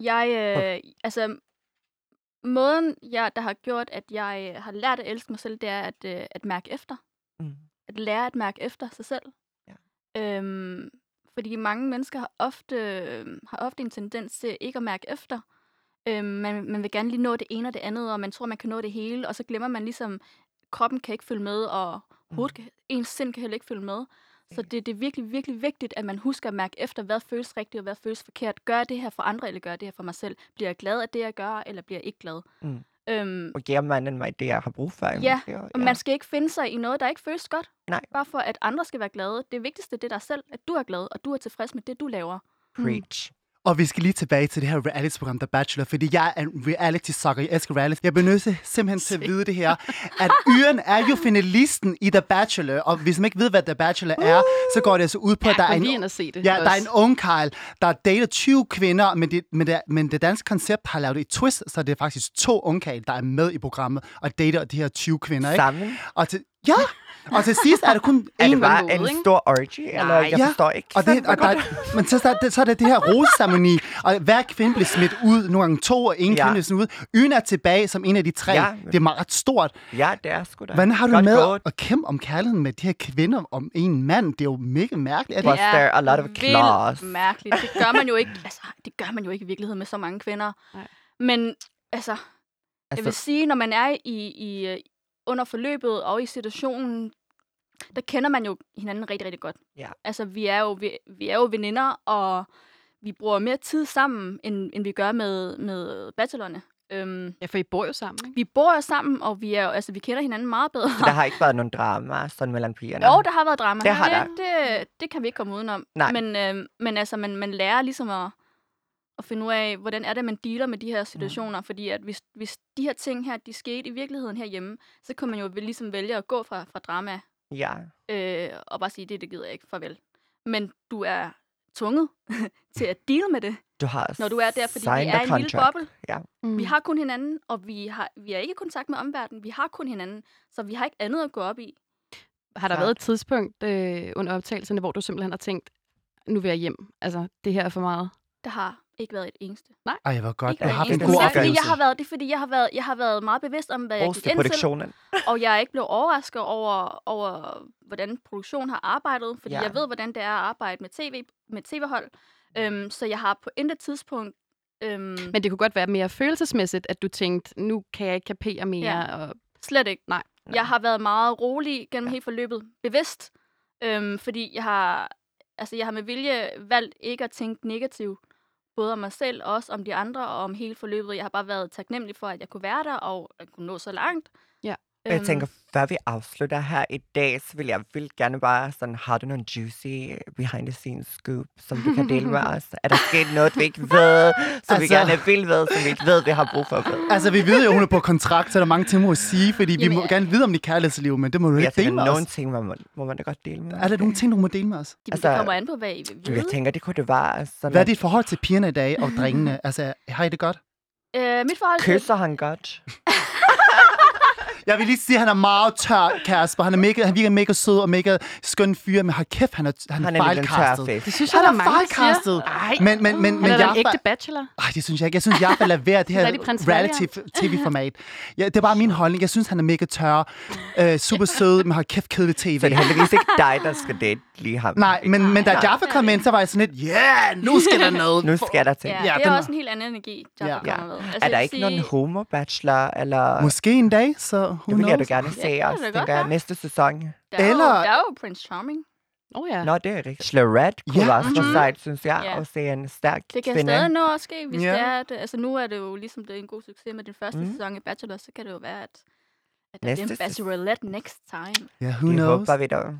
Altså, måden, der har gjort, at jeg har lært at elske mig selv, det er at mærke efter. At lære at mærke efter sig selv. Ja. Fordi mange mennesker har ofte en tendens til ikke at mærke efter. Man vil gerne lige nå det ene og det andet, og man tror, man kan nå det hele, og så glemmer man ligesom, kroppen kan ikke følge med, og ens sind kan heller ikke følge med. Så det er virkelig, virkelig vigtigt, at man husker at mærke efter, hvad føles rigtigt og hvad føles forkert. Gør jeg det her for andre, eller gør jeg det her for mig selv? Bliver jeg glad af det, jeg gør, eller bliver jeg ikke glad? Og giver manden mig det, jeg har brug for? Ja, og man skal ikke finde sig i noget, der ikke føles godt. Nej. Bare for, at andre skal være glade. Det vigtigste det er dig selv, at du er glad, og du er tilfreds med det, du laver. Preach. Og vi skal lige tilbage til det her reality-program, The Bachelor, fordi jeg er en reality-sucker. Jeg elsker reality. Jeg bliver nødt til simpelthen til at vide det her, at Yren er jo finalisten i The Bachelor, og hvis man ikke ved, hvad The Bachelor er, så går det altså ud på, at der er der er en ung Karl, der dater 20 kvinder, men det danske koncept har lavet et twist, så det er faktisk 2 unge Karl, der er med i programmet og dater de her 20 kvinder. Ikke? Sammen? Og til sidst er det kun er det bare en stor orgy, eller jeg forstår ikke. Men så er det her roseceremoni, og hver kvinde bliver smidt ud, nogle gange 2, og en kvinde bliver smidt ud. Yren er tilbage som en af de 3. Det er meget ret stort. Ja, det er sgu da. Hvordan har du med at kæmpe om kærligheden med de her kvinder om en mand? Det er jo mega mærkeligt. Det er a lot of claws. Mærkeligt. Det gør man jo ikke. Altså, det gør man jo ikke i virkeligheden med så mange kvinder. Nej. Men jeg vil sige, når man er under forløbet og i situationen, der kender man jo hinanden rigtig, rigtig godt. Ja. Altså, vi er jo veninder, og vi bruger mere tid sammen, end vi gør med bachelorerne. Ja, for I bor jo sammen, ikke? Vi bor jo sammen, og vi kender hinanden meget bedre. Så der har ikke været nogen drama sådan mellem pigerne? Jo, der har været drama. Det har det kan vi ikke komme udenom. Nej. Men altså, man lærer ligesom at finde ud af, hvordan er det, man dealer med de her situationer. Fordi at hvis de her ting her, de skete i virkeligheden herhjemme, så kan man jo ligesom vælge at gå fra drama. Ja. Og bare sige, det gider jeg ikke, farvel. Men du er tvunget til at deal med det, når du er der, fordi vi er en lille boble. Ja. Vi har kun hinanden, og vi er ikke i kontakt med omverdenen. Vi har kun hinanden, så vi har ikke andet at gå op i. Har der været et tidspunkt under optagelserne, hvor du simpelthen har tænkt, nu vil jeg hjem? Altså, det her er for meget. Der har ikke været et eneste. Nej. Ej, jeg var godt. Jeg har en god oplevelse. Jeg har været meget bevidst om, hvad jeg gik ind til. Og jeg er ikke blevet overrasket over hvordan produktionen har arbejdet. Fordi jeg ved, hvordan det er at arbejde med tv-hold. Så jeg har på intet tidspunkt... Men det kunne godt være mere følelsesmæssigt, at du tænkte, nu kan jeg ikke kapere mere. Ja. Og... Slet ikke. Nej. Jeg har været meget rolig gennem hele forløbet. Bevidst. Fordi jeg har med vilje valgt ikke at tænke negativt. Både om mig selv, og også om de andre, og om hele forløbet. Jeg har bare været taknemmelig for, at jeg kunne være der, og at kunne nå så langt. Ja. Jeg tænker, før vi afslutter her i dag, så vil jeg gerne bare sådan, har du nogle juicy behind-the-scenes scoop, som du kan dele med os? Er der sket noget, vi ikke ved, som vi gerne vil ved, som vi ikke ved, vi har brug for at vide? Altså, vi ved jo, hun er på kontrakt, så der er mange ting, må sige, fordi vi må gerne vide om dit kærlighedsliv, men det må du ikke dele med os. Nogle ting må man da godt dele med os. Er der nogle ting, du må dele med os? Det kommer an på, hvad I vil vide. Jeg tænker, det kunne det være sådan... Hvad er dit forhold til pigerne i dag og drengene? Altså, har I det godt? Mit forhold til... Kysser han godt? Jeg vil lige sige, at han er meget tør, Kasper. Han virker mega sød og mega skøn fyr, men har kæft, han er fejlkastet. Det synes jeg, der er mange, fejlkastet. Men han er den ægte bachelor. Det synes jeg ikke. Jeg synes, jeg vil lade være det her reality-tv-format. Ja, det er bare min holdning. Jeg synes, han er mega tør, super sød, men har kæft kedelig tv. Så det er heldigvis ikke dig, der skal date lige ham. Nej, men da Jaffa kom ind, så var jeg sådan lidt, nu skal der noget. Nu skal der ting. Ja, det er også en helt anden energi, Jaffa kommer med. Altså, er der ikke nogen homo-bachelor, eller... Måske en dag, så det vil jeg da gerne se også, tænker jeg, næste sæson. Der er jo Prince Charming. Ja. Nå, det er rigtigt. Slørette kunne også være sejt, synes jeg, og se en stærk kvinde. Det kan stadig nå at ske, hvis det er det. Altså, nu er det jo ligesom det er en god succes med den første sæson i Bachelor, så kan det jo være, at der bliver en Bachelorette next time. Ja, who knows? Det håber vi da.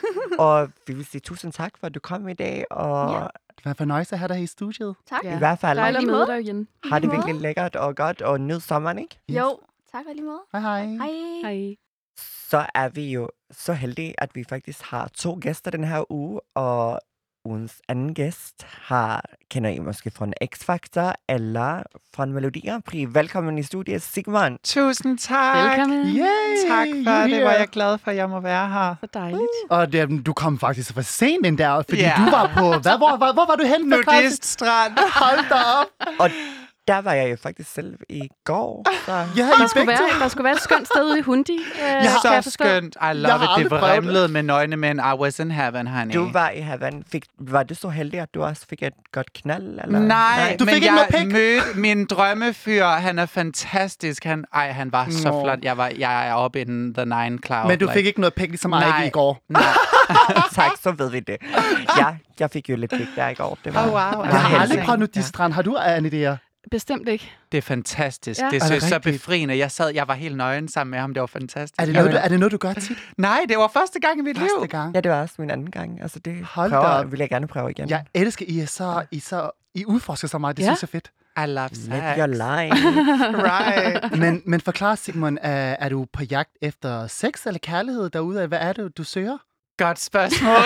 Og vi vil sige tusind tak for, at du kom i dag. Og det var fornøjelse at have dig i studiet. Tak. I hvert fald. Dejligt at møde dig igen. Har det virkelig lækkert og godt, og nyd sommeren, ikke? Jo, tak og lige måde. Hej. Hej. Så er vi jo så heldige, at vi faktisk har 2 gæster den her uge, og ugens anden gæst kender I måske fra en X-Factor eller fra en Melodi Grand Prix. Velkommen i studiet, Sigmund. Tusind tak. Velkommen. Yay, tak for det, var jeg glad for, at jeg må være her. Så dejligt. Og du kom faktisk for sent ind der, fordi du var på... Hvor var du henne? Nudiststrand. Hold da op. Og der var jeg jo faktisk selv i går. Så. Ja, der skulle være et skønt sted ude i Hundi. Så skønt. I love it. Det vrimlede med nøgne mænd. I was in heaven, honey. Du var i heaven. Var du så heldig, at du også fik et godt knald? Eller? Nej, du fik men jeg mødte min drømmefyr. Han er fantastisk. Han var så flot. Jeg er oppe i the 9 cloud. Men du fik ikke noget pæk, ligesom Ivy i går? Nej. Tak, så ved vi det. Ja, jeg fik jo lidt pæk der i går. Det var wow. Jeg har aldrig prøvet Nudiststrand. Har du en idé? Bestemt ikke. Det er fantastisk. Ja. Det er så befriende. Jeg var helt nøgen sammen med ham. Det var fantastisk. Er det noget, du gør tit? Nej, det var første gang i mit liv. Ja, det var også min anden gang. Altså, det vil jeg gerne prøve igen. Jeg elsker, I udforsker så meget. Det synes jeg er fedt. I love sex. Live your life. Right. Men forklar, Sigmund, er du på jagt efter sex eller kærlighed derude? Hvad er det, du søger? Godt spørgsmål.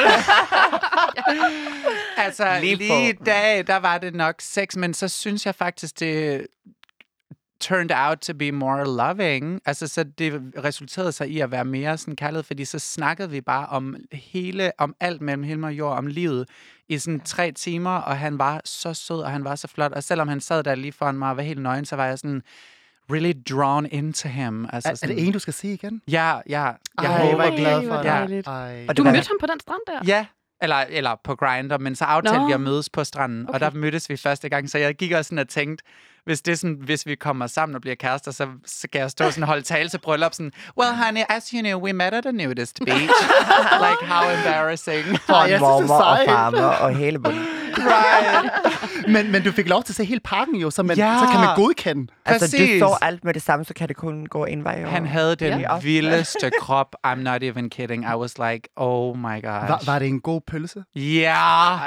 Altså, lige i dag, der var det nok sex, men så synes jeg faktisk, det turned out to be more loving. Altså, så det resulterede sig i at være mere sådan kærlighed, fordi så snakkede vi bare om alt mellem himmel og jord, om livet, i sådan 3 timer, og han var så sød, og han var så flot, og selvom han sad der lige foran mig og var helt nøgen, så var jeg sådan really drawn into him. Altså, er det en, du skal se igen? Ja. Jeg var glad for det. Og du mødte ham på den strand der? Ja. Eller på Grindr, men så aftalte vi at mødes på stranden, og der mødtes vi første gang, så jeg gik også sådan og tænkte, hvis vi kommer sammen og bliver kærester, så skal jeg stå sådan og holde tale til bryllup, sådan, well honey, as you know, we met at a nudist beach. Like, how embarrassing. Håndvarmer og farmer og hele bunden. Right. Men du fik lov til at se hele parken jo, så kan man godkende. Altså, du så alt med det samme, så kan det kun gå en vej over. Han havde den vildeste krop. I'm not even kidding. I was like, oh my gosh. Var det en god pølse? Ja.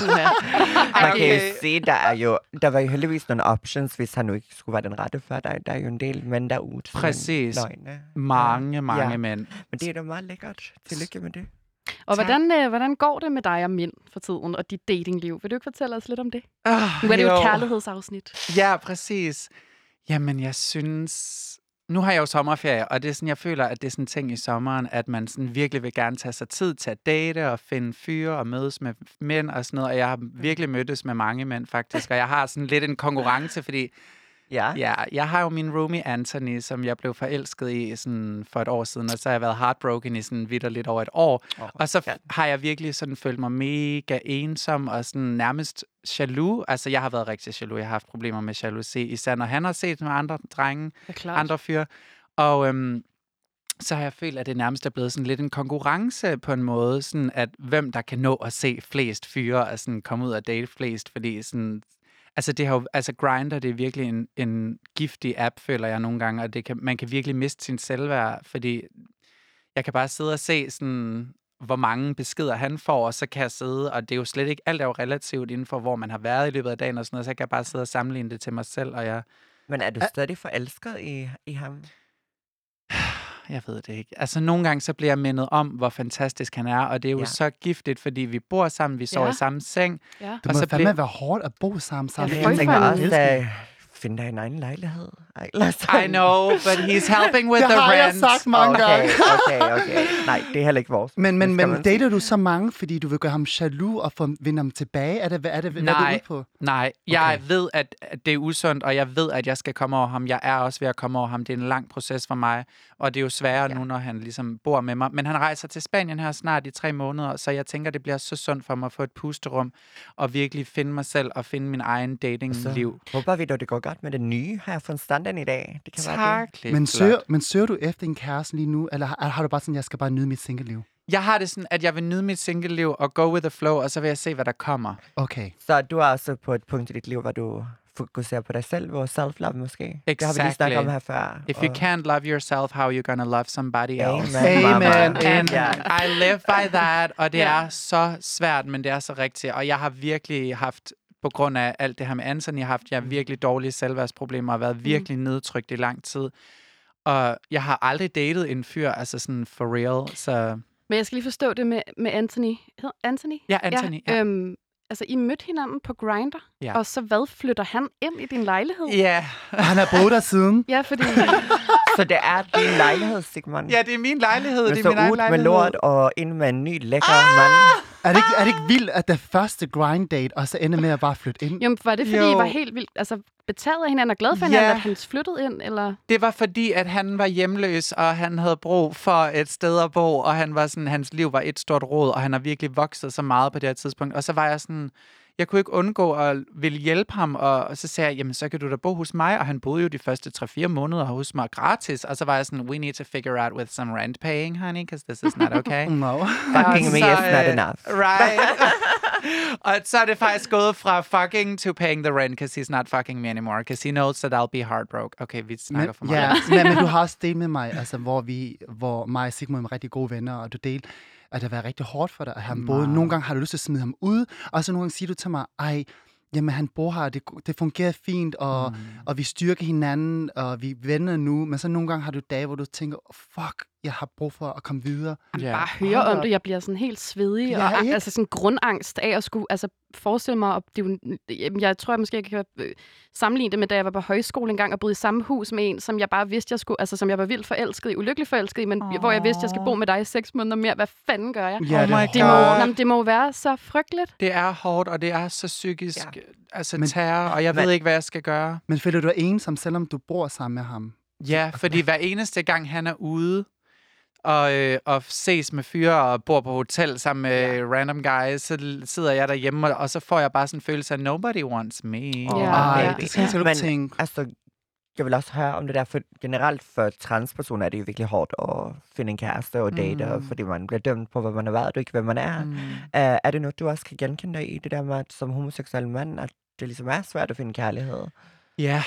Man kan jo se, der var jo heldigvis nogle options, hvis han nu ikke skulle være den rette for dig. Der er jo en del mænd derude. Præcis. Mange mænd. Men det er da meget lækkert. Tillykke med det. Og hvordan går det med dig og mænd for tiden, og dit datingliv? Vil du ikke fortælle os lidt om det? Nu er det jo et kærlighedsafsnit. Ja, præcis. Jamen, jeg synes... Nu har jeg jo sommerferie, og det er sådan, jeg føler, at det er sådan en ting i sommeren, at man sådan virkelig vil gerne tage sig tid til at date og finde fyre og mødes med mænd og sådan noget. Og jeg har virkelig mødtes med mange mænd, faktisk. Og jeg har sådan lidt en konkurrence, fordi... Ja, jeg har jo min roomie Anthony, som jeg blev forelsket i sådan for et år siden, og så har jeg været heartbroken i sådan lidt over et år. Og så har jeg virkelig sådan følt mig mega ensom og sådan nærmest jaloux. Altså, jeg har været rigtig jaloux. Jeg har haft problemer med jalousi, især når han har set med andre drenge, andre fyre. Og så har jeg følt, at det nærmest er blevet sådan lidt en konkurrence på en måde, sådan at hvem der kan nå at se flest fyre og sådan komme ud og date flest, fordi sådan... Altså, Grindr, det er virkelig en giftig app, føler jeg nogle gange, og man kan virkelig miste sin selvværd, fordi jeg kan bare sidde og se sådan, hvor mange beskeder han får, og så kan jeg sidde, og det er jo slet ikke, alt er jo relativt inden for, hvor man har været i løbet af dagen og sådan noget, så jeg kan bare sidde og sammenligne det til mig selv, og jeg... Men er du stadig forelsket i ham? Jeg ved det ikke. Altså, nogle gange så bliver jeg mindet om, hvor fantastisk han er, og det er jo så giftigt, fordi vi bor sammen, vi sover i samme seng. Ja. Det må fandme være hårdt at bo sammen. Jeg tænker også, finde dig en egen lejlighed. I know, but he's helping with the rent. Det har jeg sagt mange gange. Okay. Nej, det er heller ikke vores. Men dater du så mange, fordi du vil gøre ham jaloux og få vinde ham tilbage? Er det, hvad er det ude på? Nej, jeg ved, at det er usundt, og jeg ved, at jeg skal komme over ham. Jeg er også ved at komme over ham. Det er en lang proces for mig, og det er jo sværere nu, når han ligesom bor med mig. Men han rejser til Spanien her snart i 3 måneder, så jeg tænker, det bliver så sundt for mig at få et pusterum, og virkelig finde mig selv og finde min egen datingliv. Håber vi, at det går godt med det nye her fra standarden i dag. Det kan være det. Men søger du efter en kæreste lige nu, eller har du bare sådan, jeg skal bare nyde mit single-liv? Jeg har det sådan, at jeg vil nyde mit single-liv og go with the flow, og så vil jeg se, hvad der kommer. Okay. Så du er også på et punkt i dit liv, hvor du fokuserer på dig selv, hvor self-love måske? Exactly. Det har vi lige snakket om her før. If you can't love yourself, how are you gonna love somebody else? Amen. And I live by that, og det er så svært, men det er så rigtigt. Og jeg har virkelig haft, på grund af alt det her med Anthony, jeg har virkelig dårlige selvværdsproblemer og været virkelig nedtrykt i lang tid. Og jeg har aldrig datet en fyr, altså sådan for real, så... Men jeg skal lige forstå det med Anthony. Hedder Anthony? Ja, Anthony. Ja. Altså, I mødte hinanden på Grindr, og så flytter han ind i din lejlighed? Ja. Han har boet der siden. Ja, fordi... Så det er din lejlighed, Sigmund? Ja, det er min lejlighed. Men det er min egen lejlighed. med lort og ind med en ny lækker mand. Er det ikke vildt, at det første grind date, og så ender med at bare flytte ind? Jo, var det fordi, I var helt vildt betaget af hinanden og glad for hinanden, at han flyttede ind? Eller? Det var fordi, at han var hjemløs, og han havde brug for et sted at bo, og han var sådan, hans liv var et stort rod, og han har virkelig vokset så meget på det her tidspunkt. Og så var jeg sådan... Jeg kunne ikke undgå at ville hjælpe ham, og så sagde jeg, jamen så kan du da bo hos mig, og han boede jo de første 3-4 måneder hos mig gratis, og så var jeg sådan, we need to figure out with some rent paying, honey, because this is not okay. No. Fucking me is not enough. Right. Og så er det faktisk gået fra fucking to paying the rent, because he's not fucking me anymore, because he knows that I'll be heartbroken. Okay, vi snakker for meget. Ja, men du har også delt med mig, altså hvor mig og Sigmund er rigtig gode venner, og du delte, at det har været rigtig hårdt for dig, at han boede. Nogle gange har du lyst til at smide ham ud, og så nogle gange siger du til mig, jamen han bor her, det fungerer fint, og vi styrker hinanden, og vi er venner nu, men så nogle gange har du dage, hvor du tænker, fuck, jeg har brug for at komme videre. Bare høre om det, jeg bliver sådan helt svedig, og altså sådan grundangst af at skulle forestille mig, og jeg tror, jeg måske kan sammenligne det med, da jeg var på højskole en gang og boede i samme hus med en, som jeg bare vidste, jeg skulle, altså som jeg var vildt forelsket i, ulykkelig forelsket i, men hvor jeg vidste, jeg skal bo med dig i 6 måneder mere. Hvad fanden gør jeg? Det må være så frygteligt. Det er hårdt, og det er så psykisk terror, og jeg ved ikke, hvad jeg skal gøre. Men føler du dig ensom, selvom du bor sammen med ham? Ja, fordi hver eneste gang han er ude, og ses med fyre og bor på hotel sammen med random guys, så sidder jeg derhjemme, og så får jeg bare sådan en følelse af, nobody wants me. Det skal du tænke. Altså, jeg vil også høre om det der, for generelt for transpersoner er det jo virkelig hårdt at finde en kæreste og date, fordi man bliver dømt på, hvad man har været, og ikke, hvad man er. Er det noget, du også kan genkende dig i, det der med, at som homoseksuel mand, at det ligesom er svært at finde kærlighed? Ja,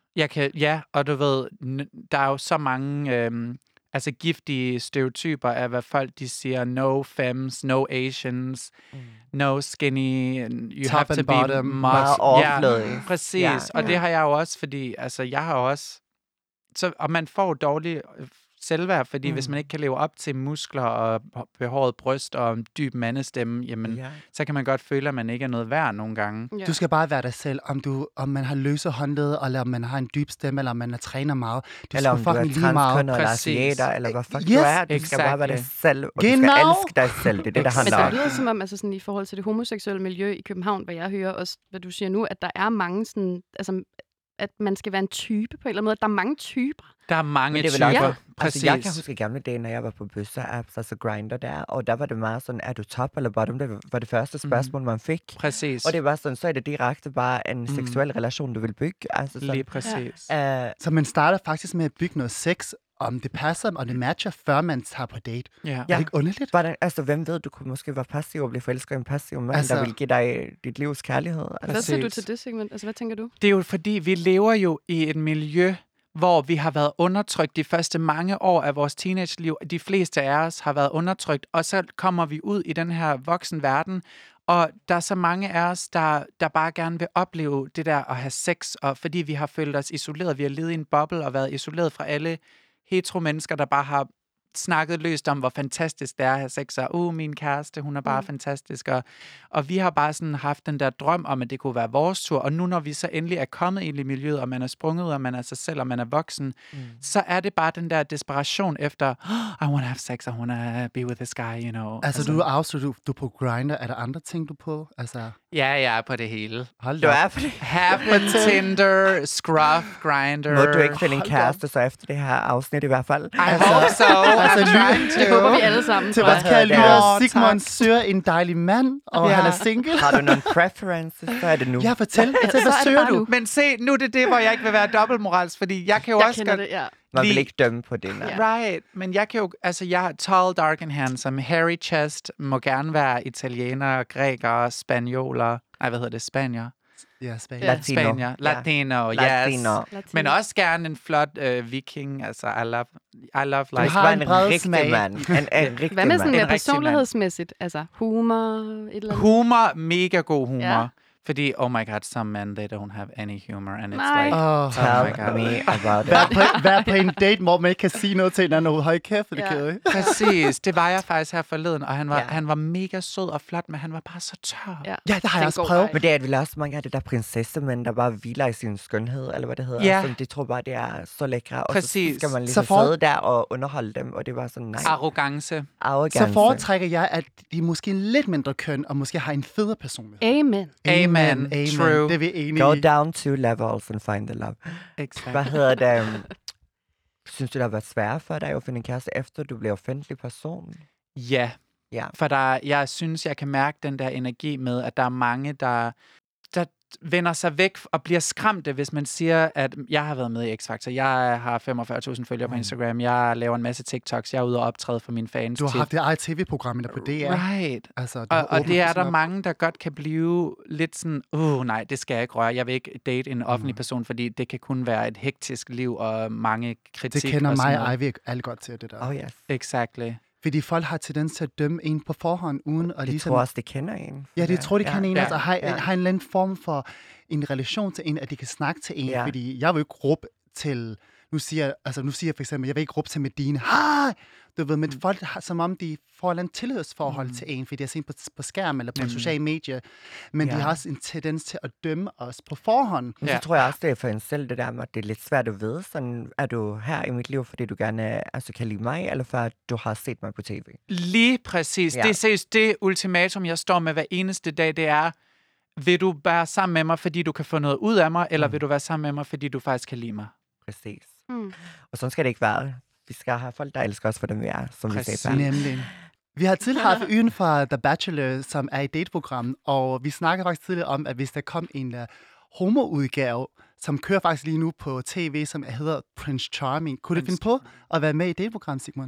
og du ved, der er jo så mange... giftige stereotyper af, hvad folk de siger. No femmes, no Asians, no skinny, you top have to be bottom, meget overflødig. Præcis, og det har jeg jo også, fordi jeg har også... og man får dårlig selvværd, fordi hvis man ikke kan leve op til muskler og behåret bryst og en dyb mandestemme, jamen, så kan man godt føle, at man ikke er noget værd nogle gange. Ja. Du skal bare være dig selv, om man har løse håndled, eller om man har en dyb stemme, eller om man træner meget. Eller om du er transkønner, eller asiater, eller hvad fuck du er. Du skal bare være dig selv, og du skal elske dig selv. Det er det, der handler om. Men det lyder som om, altså sådan, i forhold til det homoseksuelle miljø i København, hvad jeg hører, også hvad du siger nu, at der er mange sådan... Altså, at man skal være en type på en eller anden måde. Der er mange typer. Der er mange typer. Præcis. Altså, jeg kan huske gamle dage, når jeg var på bøsser-apps, altså Grindr der, og der var det meget sådan, er du top eller bottom? Det var det første spørgsmål, man fik. Præcis. Og det var sådan, så er det direkte bare en seksuel relation, du vil bygge. Altså sådan, lige præcis. Så man starter faktisk med at bygge noget sex, om det passer, og det matcher, før man tager på date. Ja. Er det ikke underligt? Hvordan, altså, hvem ved, du kunne måske være passiv og blive forelsket i en passiv mand, Altså- der vil give dig dit livs kærlighed. Altså. Hvad siger du Præcis. til det, Sigmund? Altså, hvad tænker du? Det er jo fordi, vi lever jo i et miljø, hvor vi har været undertrykt de første mange år af vores teenageliv. De fleste af os har været undertrykt, og så kommer vi ud i den her voksen verden, og der er så mange af os, der bare gerne vil opleve det der at have sex, og fordi vi har følt os isoleret, vi har levet i en boble og været isoleret fra alle hetero-mennesker, der bare har snakket løst om, hvor fantastisk det er at have sex, og min kæreste, hun er bare fantastisk, og vi har bare sådan haft den der drøm om, at det kunne være vores tur, og nu når vi så endelig er kommet ind i miljøet, og man er sprunget ud, og man er sig selv, og man er voksen, så er det bare den der desperation efter, I want to have sex, I want to be with this guy, you know. Altså, du er afsluttet, du er på Grindr. Er der andre ting, du er på? Altså, Ja, jeg er på det hele. hold Du da op. er på det. Happen, Tinder, Scruff, Grindr. Må du ikke finde en kæreste så efter det her afsnit i hvert fald? I hope so. I'm trying Det to. håber vi alle sammen, Til tror vores jeg. kære Åh, lytter, Sigmund søger en dejlig mand, og Ja. han er single. Har du nogle preferences, så er det nu. Ja, fortæl, Så er hvad det søger bare du? nu. Men se, nu er det det, hvor jeg ikke vil være dobbeltmoralsk, fordi jeg kan jo Jeg også kender godt... det, ja. Man vil lige- ikke dømme på det. Nej. Ja. Right, men jeg kan jo... Altså, jeg er tall, dark and handsome. Hairy chest må gerne være italiener, grækere, spanioler... Nej, hvad hedder det? Spanier? Ja, Spanien. Ja. Latino. Spanier. Ja. Latino, yes. Latino. Men også gerne en flot viking. Altså, I love Du like... har har en en bred rigtig smag. mand. En rigtig Hvad med sådan mand. En mere rigtig personlighedsmæssigt? Altså humor, et eller andet? Humor, mega god humor. Ja. Fordi, oh my god, some men, they don't have any humor. And it's Nej. like... Oh. Oh my Tell God. me about it. Vær på en date, hvor man ikke kan sige noget til hinanden. Hold kæft, det Ja. kan jeg. Præcis, det var jeg faktisk her forleden, og Ja. han var mega sød og flot, men han var bare så tør. Ja. Ja, det har jeg Den også går prøvet. bare Men det er vel også mange af det der prinsessemænd, der bare hviler i sin skønhed, eller hvad det hedder. Ja. Altså, de tror bare, det er så lækre. Og Præcis. så skal man Så ligesom for- sidde der og underholde dem, og det var sådan, nej, Arrogance. arrogance. Så foretrækker jeg, at de er måske lidt mindre køn, og måske har en federe personlighed. Amen. Amen. True. Det er vi enige Go i. down 2 levels and find the love. Exakt. Hvad hedder det? Synes du, det har været svært for dig at finde en kæreste, efter du blev offentlig person? Ja, Ja. for jeg synes, jeg kan mærke den der energi med, at der er mange, der vender sig væk og bliver skræmte, hvis man siger, at jeg har været med i X-Factor. Jeg har 45.000 følgere på Instagram. Jeg laver en masse TikToks. Jeg er ude og optræde for mine fans. Du har haft det eget tv-program der på DR. Right. Altså, du Og, har og åbnet det er sådan der op. mange, der godt kan blive lidt sådan, nej, det skal jeg ikke røre. Jeg vil ikke date en offentlig person, fordi det kan kun være et hektisk liv og mange kritik. Det kender og sådan mig og noget. Ivy alle godt til, det der. Oh yes. Exactly. Fordi folk har tendens til at dømme en på forhånd, uden at De ligesom... tror også, det kender en. Ja, de tror, de kan en, Ja. altså har, Ja. har en eller anden form for en relation til en, at de kan snakke til en, Ja. fordi jeg vil ikke råbe til, nu siger jeg for eksempel, jeg vil ikke råbe til Medina, hej, du ved, men folk har, som om de får et eller andet tilhørsforhold til en, fordi de har set på skærm eller på sociale medier, men de Ja. har også en tendens til at dømme os på forhånd. Men Ja. så tror jeg også, det er for en selv, det der med, at det er lidt svært at vide. Sådan, er du her i mit liv, fordi du gerne kan lide mig, eller for at du har set mig på tv? Lige præcis. Ja. Det er seriøst det ultimatum, jeg står med hver eneste dag, det er, vil du være sammen med mig, fordi du kan få noget ud af mig, eller vil du være sammen med mig, fordi du faktisk kan lide mig? Præcis. Mm. Og sådan skal det ikke være. Vi skal have folk, der elsker os for dem, vi er, som vi Præcis. sagde før. Nemlig. Vi har tidligere haft Yden fra The Bachelor, som er i dateprogram, og vi snakkede faktisk tidligere om, at hvis der kom en homoudgave, som kører faktisk lige nu på tv, som hedder Prince Charming. Kunne du finde på at være med i dateprogram, Sigmund?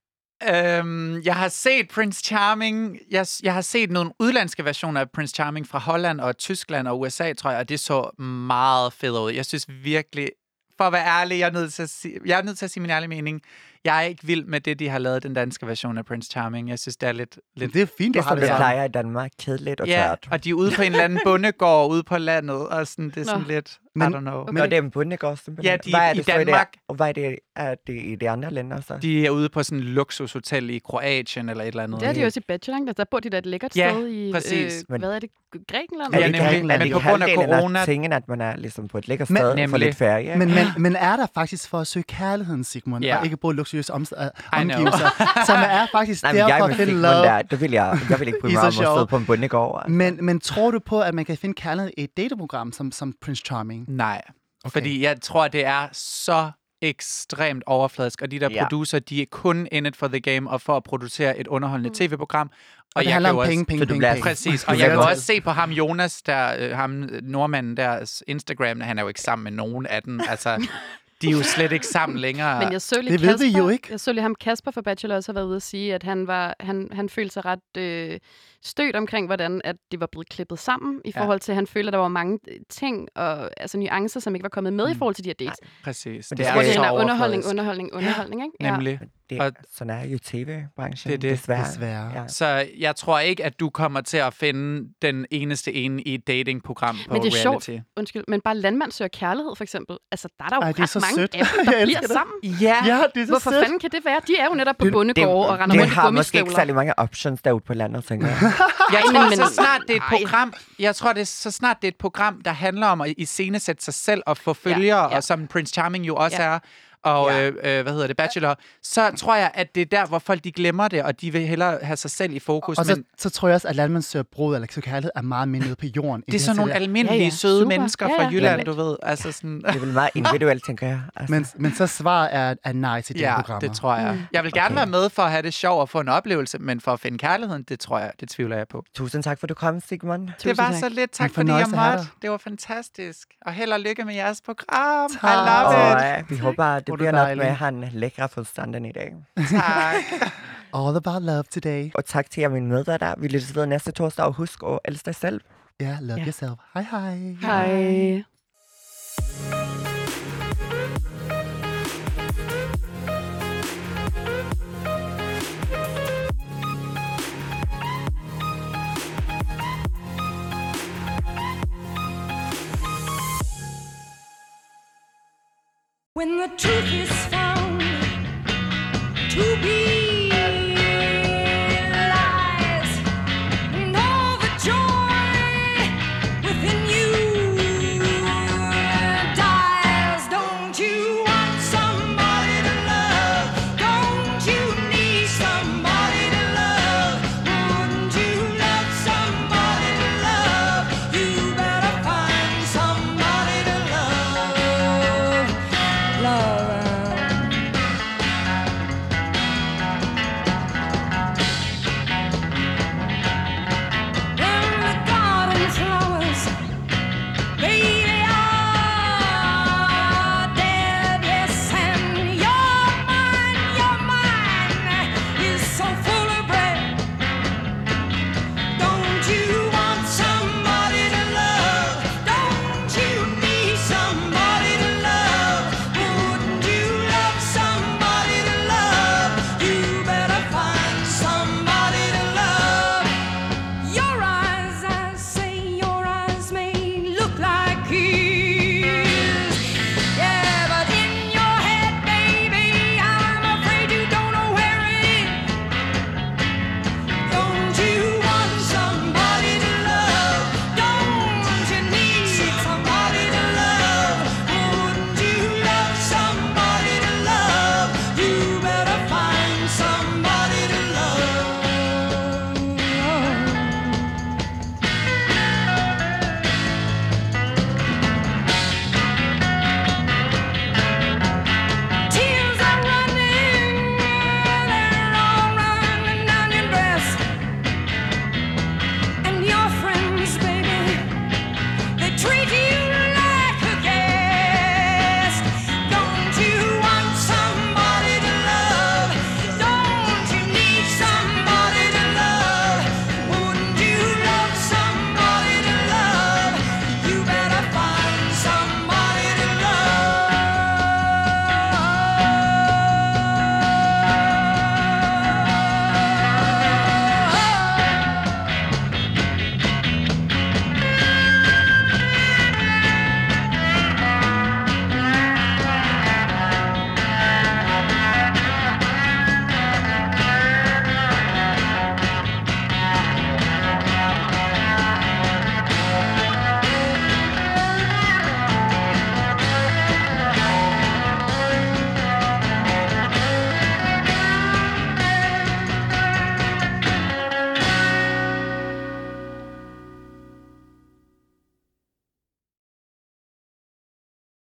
Jeg har set Prince Charming. Jeg har set nogle udlandske versioner af Prince Charming fra Holland og Tyskland og USA, tror jeg, og det så meget fedt ud. Jeg synes virkelig, for at være ærlig, jeg er nødt til at sige min ærlige mening. Jeg er ikke vild med det, de har lavet, den danske version af Prince Charming. Jeg synes, det er lidt... Det er fint, Det du er har som det det sådan. plejer i Danmark. Kedeligt og Ja, tørt. og de er ude på en eller anden bondegård ude på landet, og sådan, det er sådan lidt... Men- I don't know. Men det er en bundegård, simpelthen. Ja, de- Hvad er i det så Danmark. Og hvad er det i de andre lænder så? De er ude på sådan et luksushotel i Kroatien eller et eller andet. Det er de også i Bachelor, ikke? Der bor de da et lækkert Ja, sted i, præcis. Men- hvad er det, Grækenland? Er Ja, det nemlig. Grækenland? Men Det på er grund af halvdelen corona- tingen, at man er ligesom på et lækkert Men- sted for Nemlig. lidt ferie. Men er der faktisk for at søge kærligheden, Sigmund, Ja. og ikke bruge luksuriøse know. omgivelser, som er faktisk Nej, men jeg derfor vil at finde finde love. der. Det vil jeg vil ikke bryde I er mig om så at sjov. sidde på en bundegård. Men tror du på, at man kan finde kærlighed i et dateprogram som Prince Charming? Nej, Okay. fordi jeg tror, det er så ekstremt overfladisk, og de der Ja. producer, de er kun in it for the game og for at producere et underholdende tv-program. Og det jeg handler kan om jo penge, penge, så du penge, bliver penge. Præcis, Du og jeg kan bliver også se på ham Jonas, ham nordmanden deres Instagram, han er jo ikke sammen med nogen af dem. Altså, de er jo slet ikke sammen længere. Men jeg så lige Det ved vi jo ikke. Jeg så lige ham Kasper fra Bachelor også har været ude at sige, at han følte sig ret stødt omkring, hvordan at det var blevet klippet sammen, i forhold til, at han følte, at der var mange ting og altså nuancer, som ikke var kommet med i forhold til de her dates. Præcis. Men Det det er er så underholdning, ikke? Nemlig. Sådan er jo tv-branchen, Det er det. Desværre. Ja. Så jeg tror ikke, at du kommer til at finde den eneste ene i et datingprogram på Men det er reality. sjovt. Undskyld, men bare Landmand søger kærlighed, for eksempel. Altså, der er der jo Ej, det er så ret mange sødt. af dem, Jeg der elsker bliver det. sammen. Ja, Ja, det er så Hvorfor sødt. fanden kan det være? De er jo netop på bondegårde og render Det rundt i har måske ikke gummistøvler. særlig mange options derude på landet, tænker jeg. jeg tror, men- så snart det er et program, så snart det er et program, der handler om at iscenesætte sig selv og få følgere, og som Prince Charming jo også er, og Bachelor, så tror jeg, at det er der, hvor folk de glemmer det, og de vil hellere have sig selv i fokus. Og Men så tror jeg også, at Landmand søger brud eller kærlighed er meget mere nede på jorden. det er sådan nogle almindelige, søde Super. mennesker Ja, fra ja. Jylland, du ved. Altså sådan, Det er vel meget individuelt, tænker jeg. Altså. Men så svaret er nej til de ja, programmer. det tror jeg. Jeg vil gerne være med for at have det sjovt og få en oplevelse, men for at finde kærligheden, det tvivler jeg på. Tusind tak, for du kom, Sigmund. Det var tak. så lidt. Tak En fordi jeg fornøjelse at have måtte. Det var fantastisk. Og held og lykke med jeres program. I Tak. love it. Og vi håber, at det Hvor er du bliver nok dejlig. med at have en lækre fodstanden i dag. Tak. All about love today. Og tak til jer, mine medværter. Vi lyttes videre næste torsdag, og husk at elske dig selv. Yeah, love yourself. Hej hej. Hej. When the truth is